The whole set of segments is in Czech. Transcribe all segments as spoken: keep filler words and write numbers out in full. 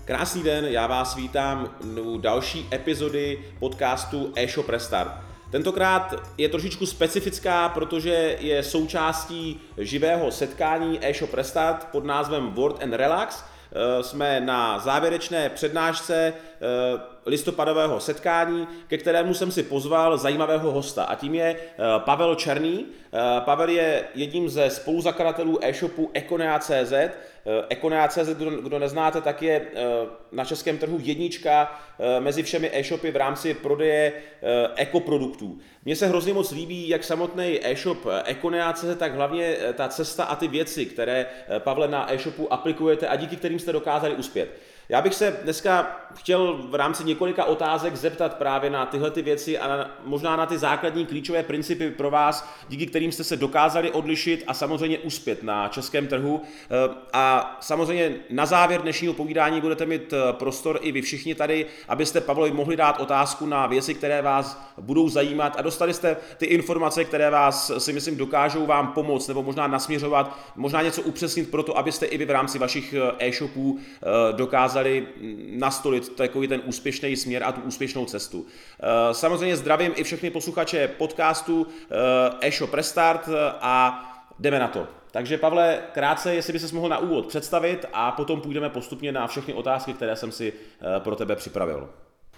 Krásný den, já vás vítám u další epizody podcastu e-shop Restart. Tentokrát je trošičku specifická, protože je součástí živého setkání e-shop Restart pod názvem Word and Relax. Jsme na závěrečné přednášce listopadového setkání, ke kterému jsem si pozval zajímavého hosta, a tím je Pavel Černý. Pavel je jedním ze spoluzakladatelů e-shopu Econea tečka cé zet. Econea tečka cé zet, kdo, kdo neznáte, tak je na českém trhu jednička mezi všemi e-shopy v rámci prodeje ekoproduktů. Mně se hrozně moc líbí, jak samotný e-shop Econea tečka cé zet, tak hlavně ta cesta a ty věci, které, Pavle, na e-shopu aplikujete a díky kterým jste dokázali uspět. Já bych se dneska chtěl v rámci několika otázek zeptat právě na tyhle ty věci a na, možná na ty základní klíčové principy pro vás, díky kterým jste se dokázali odlišit a samozřejmě uspět na českém trhu. A samozřejmě na závěr dnešního povídání budete mít prostor i vy všichni tady, abyste Pavlovi mohli dát otázku na věci, které vás budou zajímat, a dostali jste ty informace, které vás, si myslím, dokážou vám pomoct nebo možná nasměřovat, možná něco upřesnit pro to, abyste i vy v rámci vašich e-shopů dokázali nastolit takový ten úspěšný směr a tu úspěšnou cestu. Samozřejmě zdravím i všechny posluchače podcastu e-shop Restart a jdeme na to. Takže Pavle, krátce, jestli by ses mohl na úvod představit a potom půjdeme postupně na všechny otázky, které jsem si pro tebe připravil.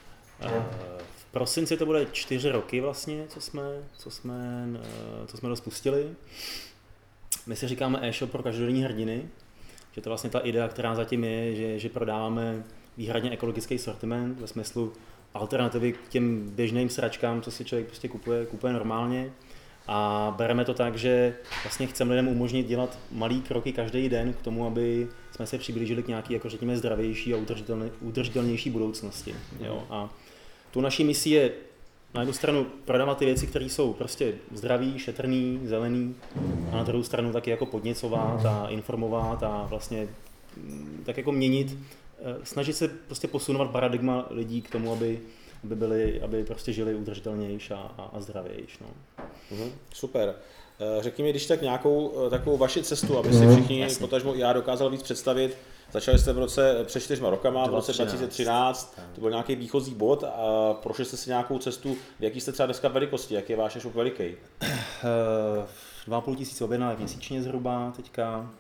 V prosinci to bude čtyři roky vlastně, co jsme, co jsme, co jsme to spustili. My si říkáme e-shop pro každodenní hrdiny. Že to vlastně ta idea, která zatím je, že, že prodáváme výhradně ekologický sortiment ve smyslu alternativy k těm běžným sračkám, co si člověk prostě kupuje, kupuje normálně. A bereme to tak, že vlastně chceme lidem umožnit dělat malý kroky každý den k tomu, aby jsme se přiblížili k nějaký, jako řekněme, zdravější a udržitelnější budoucnosti. Jo? A tu naší misí je na jednu stranu prodávat ty věci, které jsou prostě zdraví, šetrný, zelený, a na druhou stranu taky jako podněcovat a informovat a vlastně tak jako měnit, snažit se prostě posunovat paradigma lidí k tomu, aby, aby, byli, aby prostě žili udržitelnější a, a, a zdravější. No. Mhm, super. Řekni mi, když tak nějakou takovou vaši cestu, aby si všichni, Jasně. potažmo já dokázal víc představit. Začali jste v roce před čtyřma rokama, v roce dva tisíce třináct, to byl nějaký výchozí bod a prošli jste si nějakou cestu. V jaký jste třeba dneska velikosti, jak je váš e-shop veliký? Dva a půl tisíce objednávek měsíčně zhruba teďka,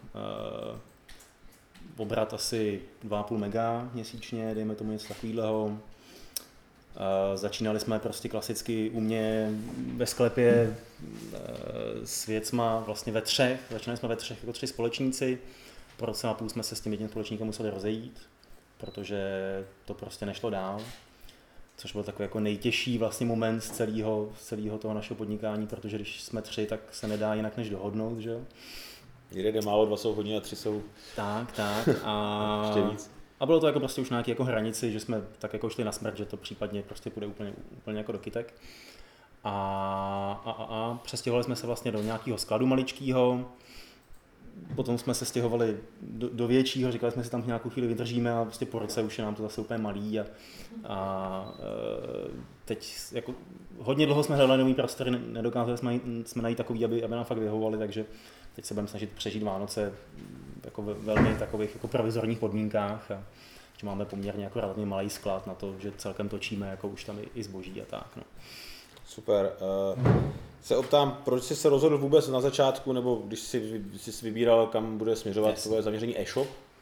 obrat asi dva a půl mega měsíčně, dejme tomu něco takového. Začínali jsme prostě klasicky u mě ve sklepě s věcma vlastně ve třech, začínali jsme ve třech jako tři společníci. Po roce a půl jsme se s tím jedním společníkem museli rozejít, protože to prostě nešlo dál, což byl takový jako nejtěžší vlastně moment z celého, z celého toho našeho podnikání, protože když jsme tři, tak se nedá jinak než dohodnout, že jo. Jeden jde málo, dva jsou hodně a tři jsou tak, tak a ještě víc. A bylo to jako prostě už nějaké jako hranici, že jsme tak jako šli na smrt, že to případně prostě půjde úplně, úplně jako do kytek. A, a, a, a přestěhovali jsme se vlastně do nějakého skladu maličkého. Potom jsme se stěhovali do, do většího, říkali jsme si tam nějakou chvíli vydržíme a prostě po roce už je nám to zase úplně malý a, a teď jako hodně dlouho jsme hledali nový prostory, nedokázali jsme, jsme najít takový, aby, aby nám fakt vyhovovali, takže teď se budeme snažit přežít Vánoce jako ve velmi takových jako provizorních podmínkách a že máme poměrně jako relativně malý sklad na to, že celkem točíme jako už tam i, i zboží a tak. No. Super. Uh, se optám, proč jsi se rozhodl vůbec na začátku, nebo když jsi, jsi vybíral, kam bude směřovat yes. tvoje zaměření e-shop?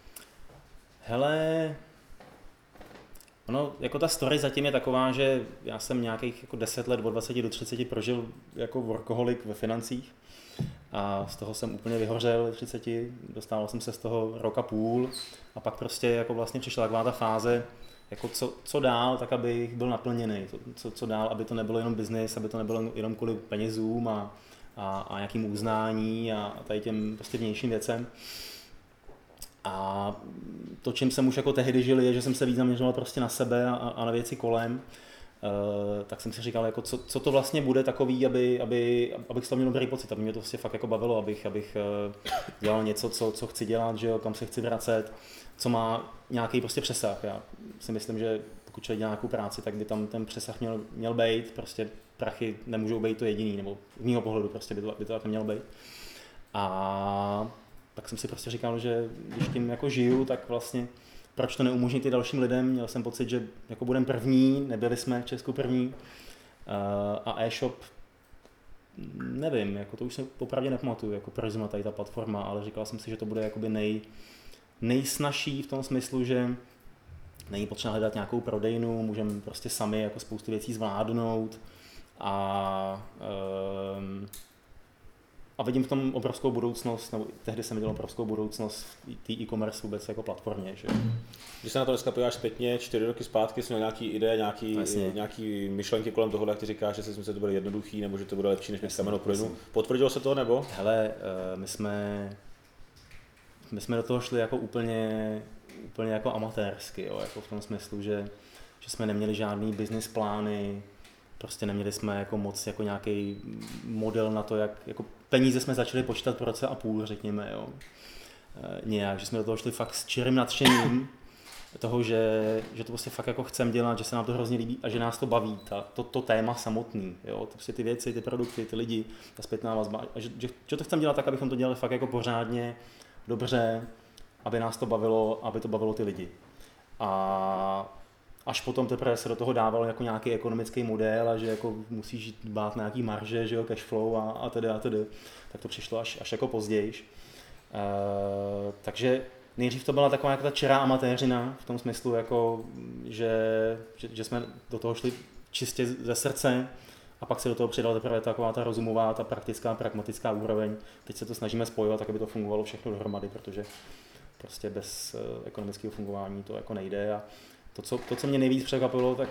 Hele, ono, jako ta story zatím je taková, že já jsem nějakých jako deset let, od dvaceti do třiceti prožil jako workoholik ve financích a z toho jsem úplně vyhořel ve třiceti, dostával jsem se z toho roka půl a pak prostě jako vlastně přišla taková ta fáze, jako co, co dál, tak abych byl naplněný, co, co dál, aby to nebylo jenom business, aby to nebylo jenom kvůli penězům a, a, a nějakým uznání a, a tady těm prostě vnějším věcem. A to, čím jsem už jako tehdy žil, je, že jsem se víc zaměřoval prostě na sebe a, a na věci kolem. Uh, tak jsem si říkal, jako co, co to vlastně bude takový, aby, aby, abych z toho měl dobrý pocit, aby mě to vlastně fakt jako bavilo, abych, abych uh, dělal něco, co, co chci dělat, že jo, kam se chci vracet, co má nějaký prostě přesah. Já si myslím, že pokud člověk dělá nějakou práci, tak by tam ten přesah měl, měl být, prostě prachy nemůžou být to jediný, nebo z mýho pohledu prostě by to, by to tak mělo být. A tak jsem si prostě říkal, že když tím jako žiju, tak vlastně proč to neumožnit i dalším lidem. Měl jsem pocit, že jako budeme první, nebyli jsme v Česku první. A e-shop, nevím, jako to už si opravdu nepamatuju, jako proč zrovna tady ta platforma, ale říkal jsem si, že to bude jakoby nej, nejsnažší v tom smyslu, že není potřeba hledat nějakou prodejnu, můžeme prostě sami jako spoustu věcí zvládnout a, um, a vidím v tom obrovskou budoucnost, nebo tehdy jsem viděl obrovskou budoucnost té e-commerce vůbec jako platformě. Že? Když se na to dneska podíváš zpětně, čtyři roky zpátky, jsi měl nějaký ideje, nějaký, nějaký myšlenky kolem toho, jak ty říkáš, že si myslím, že to bude jednoduchý, nebo že to bude lepší než mít kamennou prodejnu. Potvrdilo se to, nebo? Hele, my jsme, my jsme do toho šli jako úplně, úplně jako amatérsky, jo, jako v tom smyslu, že, že jsme neměli žádný business plány, prostě neměli jsme jako moc jako nějaký model na to, jak jako peníze jsme začali počítat po roce a půl, řekněme, jo. E, nějak, že jsme do toho šli fakt s čirým nadšením toho, že, že to prostě fakt jako chceme dělat, že se nám to hrozně líbí a že nás to baví, ta, to, to téma samotný, jo, to prostě ty věci, ty produkty, ty lidi, ta zpětná vazba, a že, že, že to chceme dělat tak, abychom to dělali fakt jako pořádně, dobře, aby nás to bavilo, aby to bavilo ty lidi. A až potom teprve se do toho dával jako nějaký ekonomický model a že jako musíš dbát na nějaký marže, že jo, cash flow a, a tedy a tedy, tak to přišlo až, až jako pozdějiš. E, takže nejdřív to byla taková jako ta čirá amatéřina v tom smyslu, jako, že, že, že jsme do toho šli čistě ze srdce a pak se do toho přidala teprve taková ta rozumová, ta praktická, pragmatická úroveň. Teď se to snažíme spojovat, tak aby to fungovalo všechno dohromady, protože prostě bez ekonomického fungování to jako nejde. A to, co, to, co mě nejvíc překvapilo, tak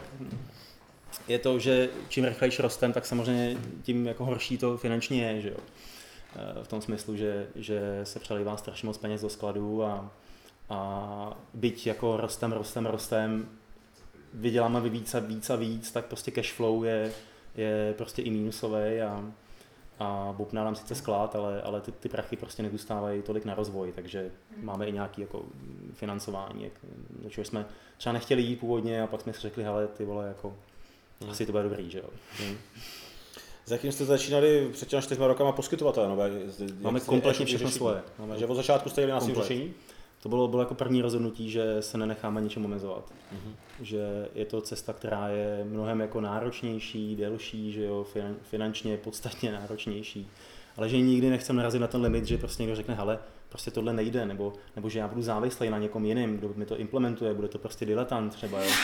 je to, že čím rychlejší rostem, tak samozřejmě tím jako horší to finančně je, že jo. V tom smyslu, že, že se přelívá strašně moc peněz do skladu a, a byť jako rostem, rostem, rostem, vyděláme víc a víc a víc, tak prostě cash flow je, je prostě i mínusový a, a bobná nám sice sklad, ale, ale ty, ty prachy prostě nezůstávají tolik na rozvoj, takže máme i nějaké jako financování, do čeho jsme třeba nechtěli jít původně a pak jsme si řekli, hele, ty vole, jako, hmm. asi to bude dobrý, že jo. Hmm. S jakým jste začínali před těmi čtyřmi rokama poskytovatele nové? Máme kompletně všechno svoje. Máme, že od začátku jste jeli na svým řešení? To bylo, bylo jako první rozhodnutí, že se nenecháme ničem omezovat. Uh-huh. Že je to cesta, která je mnohem jako náročnější, delší, že jo, finančně podstatně náročnější. Ale že nikdy nechcem narazit na ten limit, že prostě někdo řekne, hele, prostě tohle nejde, nebo, nebo že já budu závislý na někom jiném, kdo mi to implementuje, bude to prostě diletant třeba, jo.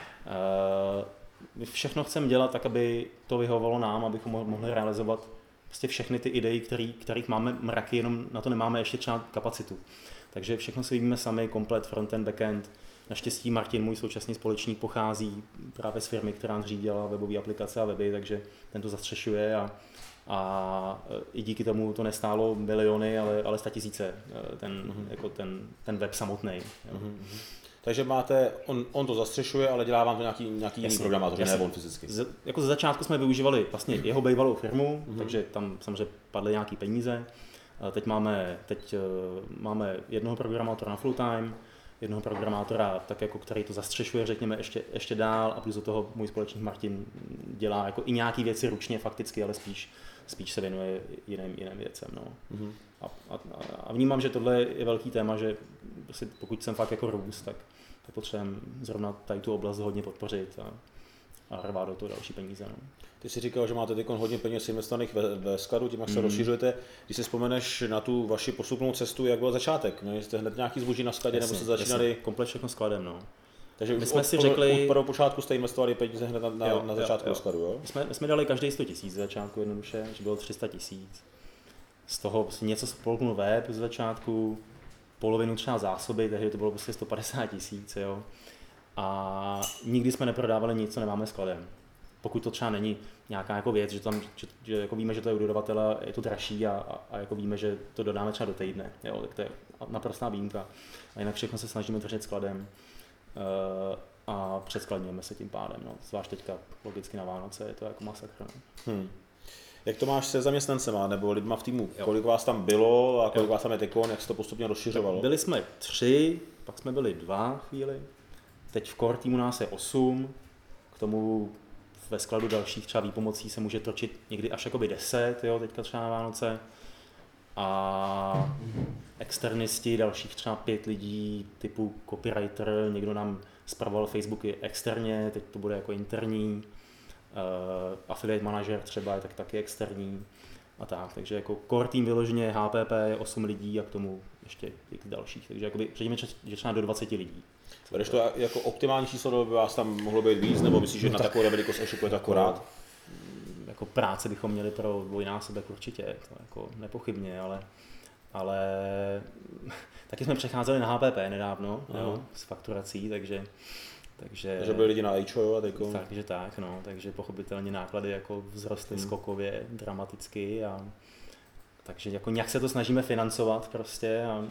Uh, My všechno chceme dělat tak, aby to vyhovovalo nám, abychom mohli realizovat prostě všechny ty idei, který, kterých máme mraky, jenom na to nemáme ještě třeba kapacitu. Takže všechno si víme sami, komplet frontend, backend. Naštěstí Martin, můj současný společník, pochází právě z firmy, která řídila webové aplikace a weby, takže ten to zastřešuje a, a i díky tomu to nestálo miliony, ale, ale statisíce, ten, mm-hmm. jako ten, ten web samotný. Mm-hmm. Takže máte, on, on to zastřešuje, ale dělá vám to nějaký, nějaký jiný programátor, ne on fyzicky. Z, jako ze začátku jsme využívali vlastně jeho bývalou firmu, mm-hmm. takže tam samozřejmě padly nějaký peníze. Teď máme, teď máme jednoho programátora na full time, jednoho programátora, tak jako, který to zastřešuje, řekněme, ještě, ještě dál a plus do toho můj společník Martin dělá jako i nějaký věci ručně fakticky, ale spíš, spíš se věnuje jiným, jiným věcem. No. Mm-hmm. A, a, a vnímám, že tohle je velký téma, že pokud jsem fakt jako růst, tak, tak potřebujeme zrovna tady tu oblast hodně podpořit a, a rvát do toho další peníze. No. Ty jsi říkal, že máte teď hodně peněz investovaných ve, ve skladu, tím jak se mm. rozšiřujete. Když si vzpomeneš na tu vaši postupnou cestu, jak byl začátek? Měli jste hned nějaký zboží na skladě, jasně, nebo jste začínali? Jasně, komplet všechno skladem, no. Takže my už jsme od, si řekli... od prvního počátku jste investovali peníze hned na, na, jo, na začátku jo, jo. skladu, jo? My jsme, my jsme dali každý sto tisíc z začátku jednoduše, že bylo tři sta tisíc. Z toho něco spolknul web z začátku, polovinu třeba zásoby, takže to bylo prostě sto padesát tisíc, jo. A nikdy jsme neprodávali nic, co nemáme skladem. Pokud to třeba není nějaká jako věc, že, tam, že, že jako víme, že to je u dodavatele, je to dražší a, a, a jako víme, že to dodáme třeba do týdne, jo, tak to je naprostá výjimka. A jinak všechno se snažíme držet skladem uh, a předskladňujeme se tím pádem, no. Zvlášť teďka logicky na Vánoce je to jako masakr. No. Hmm. Jak to máš se zaměstnancema nebo lidma v týmu? Jo. Kolik vás tam bylo a kolik jo. vás tam je tekon, jak se to postupně rozšiřovalo? Byli jsme tři, pak jsme byli dva chvíli, teď v core týmu nás je osm, k tomu ve skladu dalších třeba výpomocí se může točit někdy až jakoby deset, jo, teďka třeba na Vánoce. A externisti, dalších třeba pět lidí typu copywriter, někdo nám spravoval Facebooky externě, teď to bude jako interní, uh, affiliate manažer třeba je tak taky externí a tak, takže jako core tým vyloženě H P P je osm lidí a k tomu ještě x dalších, takže jakoby řekněme, že třeba do dvacet lidí. Budeš to jako optimální číslo, by vás tam mohlo být víc, nebo myslíš, že no na takovou velikost e-shopu je to akorát? Jako práce bychom měli pro dvojnásobek určitě, to jako nepochybně, ale, ale taky jsme přecházeli na H P P nedávno, jo, s fakturací, takže takže, takže byli lidi na H O a teďko. Takže tak, no, takže pochopitelně náklady jako vzrostly hmm. skokově, dramaticky a takže jako nějak se to snažíme financovat prostě a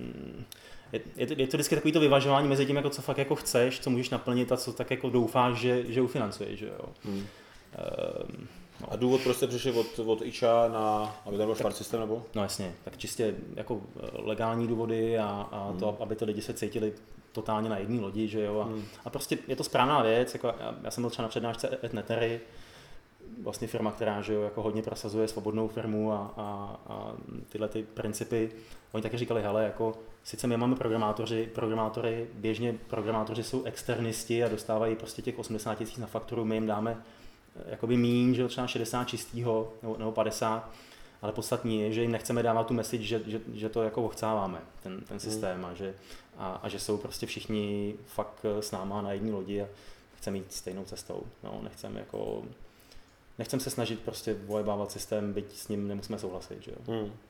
je, je, to, je to vždycky takový to vyvažování mezi tím, jako co fakt jako chceš, co můžeš naplnit a co tak jako doufáš, že, že ufinancuješ, že jo. Hmm. Um, no. A důvod, proč jste přišli od, od I Č A na, aby tam byl smart systém nebo? No jasně, tak čistě jako legální důvody a, a hmm. to, aby to lidi se cítili totálně na jedné lodi, že jo. A, hmm. a prostě je to správná věc, jako já, já jsem byl třeba na přednášce Etnetery, vlastně firma, která že jo, jako hodně prosazuje svobodnou firmu a, a, a tyhle ty principy. Oni taky říkali, hele, jako sice my máme programátoři, programátory, běžně programátoři jsou externisti a dostávají prostě těch osmdesát tisíc na fakturu, my jim dáme jakoby míň, že jo, třeba šedesát čistýho nebo, nebo padesát, ale podstatní je, že jim nechceme dávat tu message, že, že, že to jako ochcáváme, ten, ten systém a že, a, a že jsou prostě všichni fakt s náma na jedné lodi a chceme jít stejnou cestou, no, nechceme jako Nechcem se snažit prostě vojebávat systém, byť s ním nemusíme souhlasit, že jo. Hmm.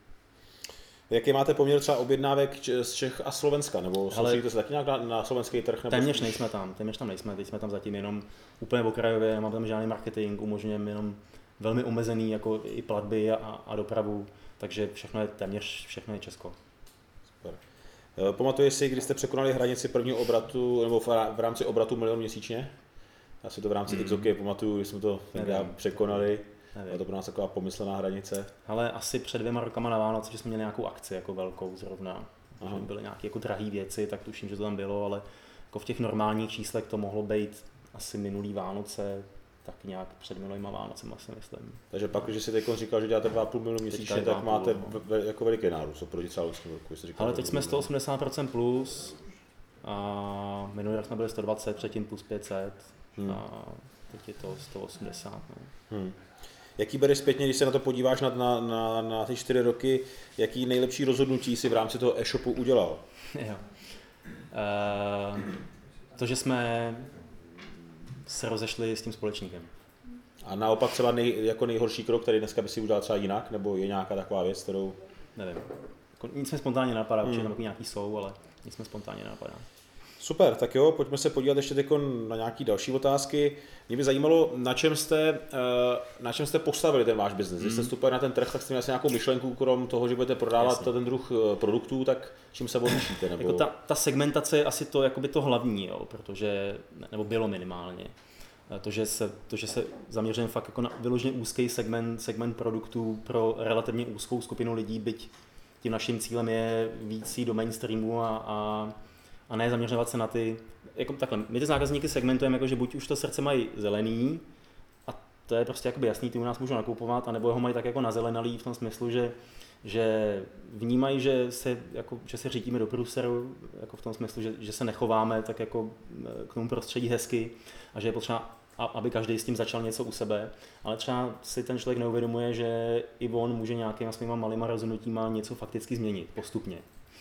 Jaký máte poměr třeba objednávek z Čech a Slovenska, nebo soustředíte se taky nějak na, na slovenský trh? Nebo téměř nejsme tam, téměř tam nejsme, teď jsme tam zatím jenom úplně okrajově, nemám tam žádný marketing, umožňujeme jenom velmi omezený jako i platby a, a dopravu, takže všechno je téměř, všechno je Česko. Super. Pamatuješ si, kdy jste překonali hranici prvního obratu, nebo v rámci obratu milion měsíčně? Já si to v rámci mm. Xoky pamatuju, když jsme to překonali. Nevím. To pro nás taková pomyslená hranice. Ale asi před dvěma rokama na Vánoce, že jsme měli nějakou akci jako velkou zrovna. Aha. Že byly nějaké jako drahé věci, tak tuším, že to tam bylo, ale jako v těch normálních číslech to mohlo být asi minulý Vánoce, tak nějak před minulýma Vánocema si myslím. Takže pak, když jsi teď říkal, že děláte dva a půl milionu měsíčně, tak máte no. ve, jako veliký nárůst oproti třeba loňskému roku. Říkal, ale teď jsme sto osmdesát procent plus a minulý rok jsme byli sto dvacet, předtím plus pět set. Hmm. A teď je to sto osmdesát. No. Hmm. Jaký bereš zpětně, když se na to podíváš na, na, na, na ty čtyři roky, jaký nejlepší rozhodnutí si v rámci toho e-shopu udělal? Jo. Uh, to, že jsme se rozešli s tím společníkem. A naopak třeba nej, jako nejhorší krok, který dneska by si udělal třeba jinak, nebo je nějaká taková věc, kterou... Nevím. Nic mi spontánně napadá, hmm. určitě tam nějaký jsou, ale nic mi spontánně napadá. Super, tak jo, pojďme se podívat ještě na nějaké další otázky. Mě by zajímalo, na čem jste, na čem jste postavili ten váš biznes. Když jste vstupili na ten trh, tak jste měli asi nějakou myšlenku, krom toho, že budete prodávat Jasně. ten druh produktů, tak čím se odlišíte? Nebo... Jako ta, ta segmentace je asi to, jakoby to hlavní, jo, protože, nebo bylo minimálně. To, že se, to, že se zaměřujeme fakt jako na vyloženě úzký segment, segment produktů pro relativně úzkou skupinu lidí, byť tím naším cílem je víc jít do mainstreamu a, a a ne zaměřovat se na ty, jako takhle, my ty zákazníky segmentujeme, jako, že buď už to srdce mají zelený, a to je prostě jakoby jasný, ty u nás můžou nakupovat, anebo ho mají tak jako nazelenalý v tom smyslu, že, že vnímají, že se, jako, že se řítíme do průseru, jako v tom smyslu, že, že se nechováme tak jako k tomu prostředí hezky a že je potřeba, aby každý s tím začal něco u sebe, ale třeba si ten člověk neuvědomuje, že i on může nějakýma svýma malýma rozhodnutíma něco fakticky změnit postupně.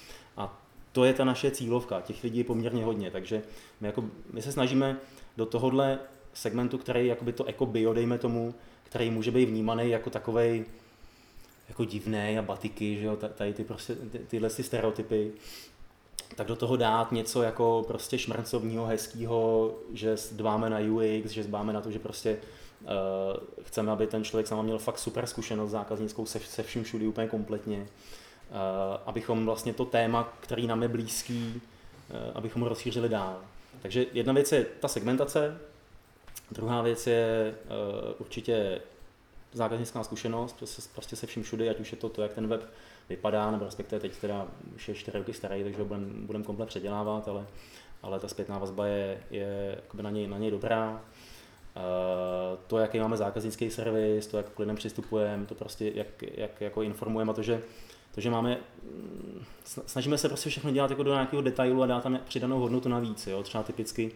A to je ta naše cílovka, těch lidí je poměrně hodně, takže my, jako, my se snažíme do tohohle segmentu, který jakoby to eko-bio, dejme tomu, který může být vnímaný jako takovej jako divný a batiky, že jo, tady ty prostě, ty, tyhle ty stereotypy, tak do toho dát něco jako prostě šmrncovního, hezkýho, že dbáme na U X, že dbáme na to, že prostě uh, chceme, aby ten člověk sám měl fakt super zkušenost zákaznickou se, se vším všudy úplně kompletně. Uh, abychom vlastně to téma, který nám je blízký, uh, abychom ho rozšířili dál. Takže jedna věc je ta segmentace, druhá věc je uh, určitě zákaznická zkušenost, prostě, prostě se vším všude, ať už je to to, jak ten web vypadá, nebo respektive teď teda už je čtyři roky starý, takže ho budeme budem komplet předělávat, ale, ale ta zpětná vazba je, je na, něj, na něj dobrá. Uh, to, jaký máme zákaznický servis, to, jak k lidem přistupujeme, to prostě, jak, jak jako informujeme a to, že To, že máme snažíme se prostě všechno dělat jako do nějakého detailu a dát tam přidanou hodnotu navíc. Jo? Třeba typicky,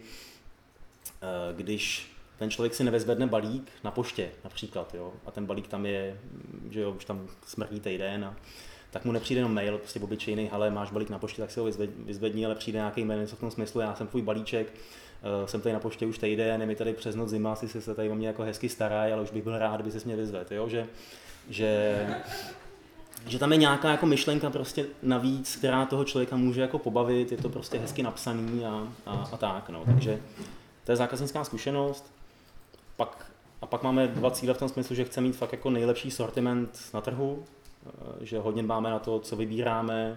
když ten člověk si nevezvedne balík na poště například, jo? A ten balík tam je, že jo, už tam smrtí týden, a tak mu nepřijde jenom mail, prostě obyčejný, hele, máš balík na poště, tak si ho vyzvedni, ale přijde nějaký mail, něco v tom smyslu, já jsem tvůj balíček, jsem tady na poště už týden, je mi tady přes noc zima, si se tady o mě jako hezky stará, ale už bych byl rád, kdyby ses mě vyzvedl, jo? Že, že, že tam je nějaká jako myšlenka prostě navíc, která toho člověka může jako pobavit, je to prostě hezky napsaný a, a, a tak, no, takže to je zákaznická zkušenost. Pak, a pak máme dva cíle v tom smyslu, že chceme mít fakt jako nejlepší sortiment na trhu, že hodně dbáme na to, co vybíráme,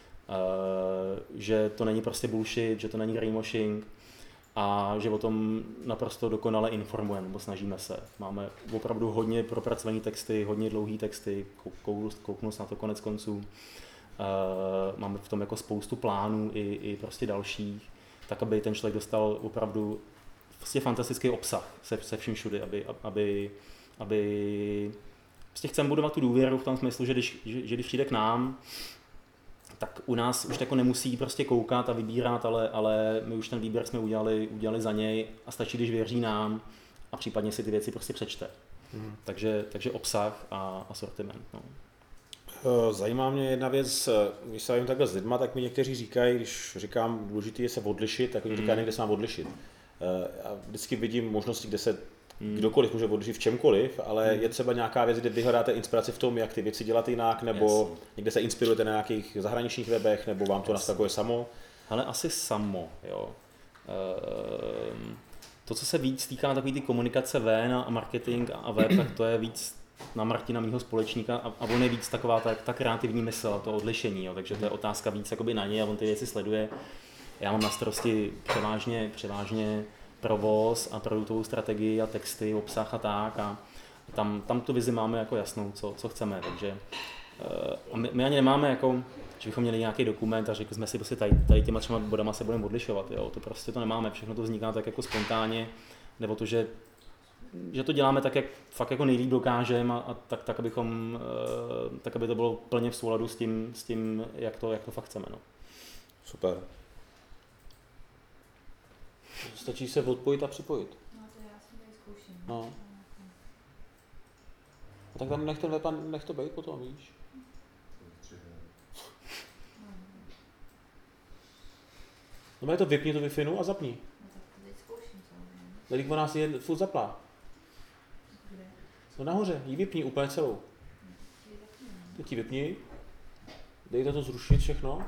že to není prostě bullshit, že to není greenwashing a že o tom naprosto dokonale informujeme, nebo snažíme se. Máme opravdu hodně propracované texty, hodně dlouhé texty, kouknu se na to konec konců. Máme v tom jako spoustu plánů i, i prostě dalších, tak aby ten člověk dostal opravdu prostě fantastický obsah se, se vším všudy, aby, aby, aby prostě chceme budovat tu důvěru v tom smyslu, že když, že, že když přijde k nám, tak u nás už jako nemusí prostě koukat a vybírat, ale, ale my už ten výběr jsme udělali, udělali za něj a stačí, když věří nám a případně si ty věci prostě přečte. Hmm. Takže, takže obsah a asortiment. No. Zajímá mě jedna věc, když se bavím takhle s lidma, tak mi někteří říkají, když říkám, důležité je se odlišit, tak oni říkají, kde se mám odlišit. Já vždycky vidím možnosti, kde se hmm. kdokoliv může odlišit v čemkoliv, ale hmm. je třeba nějaká věc, kde vy hledáte inspiraci v tom, jak ty věci dělat jinak, nebo yes. někde se inspirujete na nějakých zahraničních webech, nebo vám to yes. naskakuje samo? Ale asi samo, jo. Ehm, to, co se víc týká takový ty komunikace ven a marketing a web, tak to je víc na Martina, mýho společníka, a, a on je víc taková ta, ta kreativní mysl a to odlišení, jo. Takže to je otázka víc jakoby na něj a on ty věci sleduje. Já mám na starosti převážně, převážně provoz a produktovou strategii a texty, obsah a tak a tam, tam tu vizi máme jako jasnou, co, co chceme, takže a my, my ani nemáme jako, že bychom měli nějaký dokument a řekli jsme si prostě tady, tady těma třema bodama se budeme odlišovat, jo, to prostě to nemáme, všechno to vzniká tak jako spontánně, nebo to, že, že to děláme tak, jak fakt jako nejlíp dokážeme a, a tak, tak, abychom, tak, aby to bylo plně v souladu s tím, s tím jak, to, jak to fakt chceme, no. Super. Stačí se odpojit a připojit. No to já si tady zkouším. No. A tak tam nech ten web, nech to být potom, víš? No je to vypni tu Wi-Fi a zapni. No tak to teď zkouším samozřejmě. Tady u nás je furt zaplá. Kde? No nahoře, ji vypni úplně celou. Teď ji vypni. Dejte to zrušit všechno.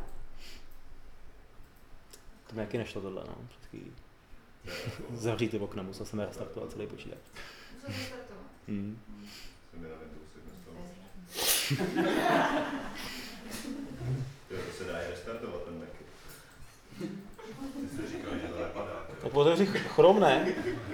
To mi jaký nešlo tohle, no. Zavřít ty okna, musel jsem restartovat celý počítač. Musel restartovat? Hmm. Jo, to se dá i restartovat ten Mac. Ty jsi říkal, že to nepadá. Tak otevři Chrome, ne?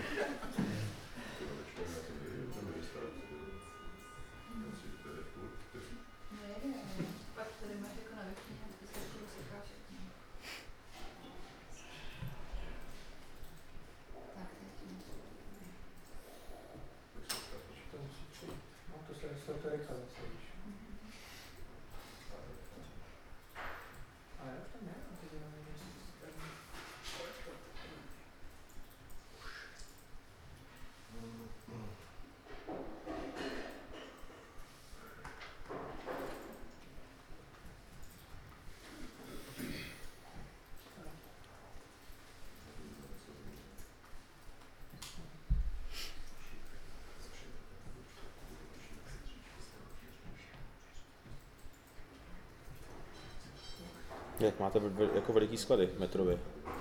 Jak máte jako veliký sklady metrově?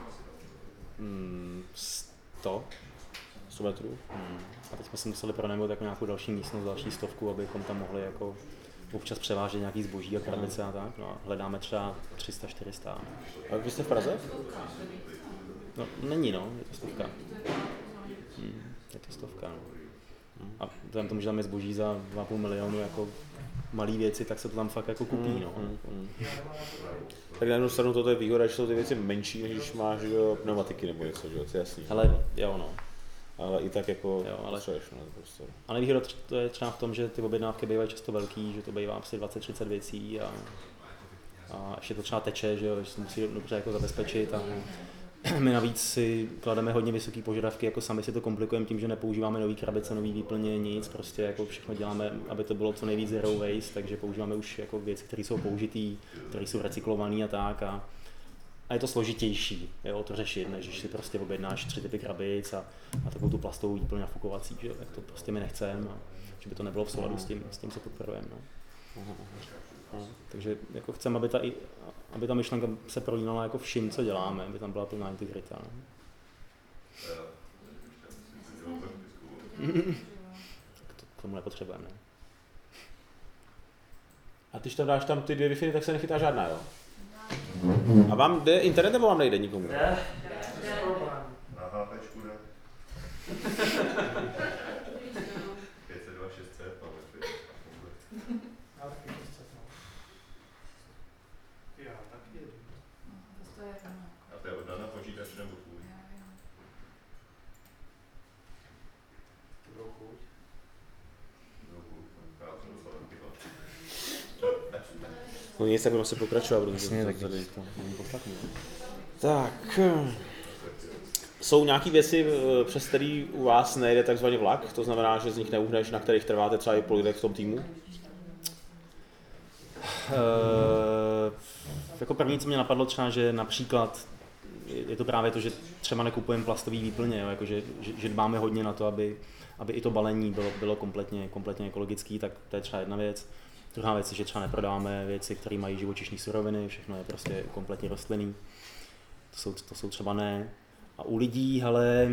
Hmm, sto. sto metrů? Hmm. A teď jsme si museli pronajmout jako nějakou další místnost, další stovku, abychom tam mohli jako občas převážet nějaký zboží a krabice a tak. No a hledáme třeba tři sta čtyři sta. A vy jste v Praze? No, není no, je to stovka. Hmm, je to stovka, no. A vzhledem tomu, že tam je zboží za dva a půl milionu jako malý věci, tak se to tam fakt jako kupí, no. Mm, mm. Tak na jednu stranu to je výhoda, že jsou ty věci menší, než když máš jo, pneumatiky nebo něco, že jo, to je jasný. Ale jo, no. Ale i tak jako jo, ale, potřebuješ, no, prostě. Ale výhoda to je třeba v tom, že ty objednávky bývají často velký, že to bývá asi dvacet třicet věcí a a ještě to třeba teče, že, jo, že se musí dobře jako zabezpečit a my navíc si klademe hodně vysoké požadavky, jako sami si to komplikujeme tím, že nepoužíváme nový krabice, nový výplně, nic, prostě jako všechno děláme, aby to bylo co nejvíc zero waste, takže používáme už jako věci, které jsou použitý, které jsou recyklované a tak a, a je to složitější, jo, to řešit, než když si prostě objednáš tři typy krabic a, a takovou tu plastovou výplň nafukovací, že jo, tak to prostě my nechceme a že by to nebylo v souladu s tím, s tím co podporujeme. No. No, takže jako chceme, aby ta, aby ta myšlenka se prolínala jako vším, co děláme, aby tam byla plná integrita. No. To, tomu nepotřebujeme. Ne? A když tam dáš tam ty dvě Wi-Fi, tak se nechytá žádná, jo? A vám jde internet, nebo vám nejde nikomu? Ne. Na hápečku jde. pět set dva šest set, máme pět. Já taky. To je ono. A to je od Dana počítač nebo tvůj? Budou chuť. Já jsem dostal taky hlasy. No nic, tak budeme se pokračovat, protože Jasně, tak tady... to není podstatný. Tak, jsou nějaké věci, přes které u vás nejde takzvaně vlak, to znamená, že z nich neuhneš, na kterých trváte třeba i půl v tom týmu? Uh, jako první, co mě napadlo třeba, že například je to právě to, že třeba nekupujeme plastový výplně, jo, jako že, že, že dbáme hodně na to, aby, aby i to balení bylo, bylo kompletně, kompletně ekologický, tak to je třeba jedna věc. Druhá věc je, že třeba neprodáváme věci, které mají živočišní suroviny, všechno je prostě kompletně rostlinný. To jsou, to jsou třeba ne. A u lidí, ale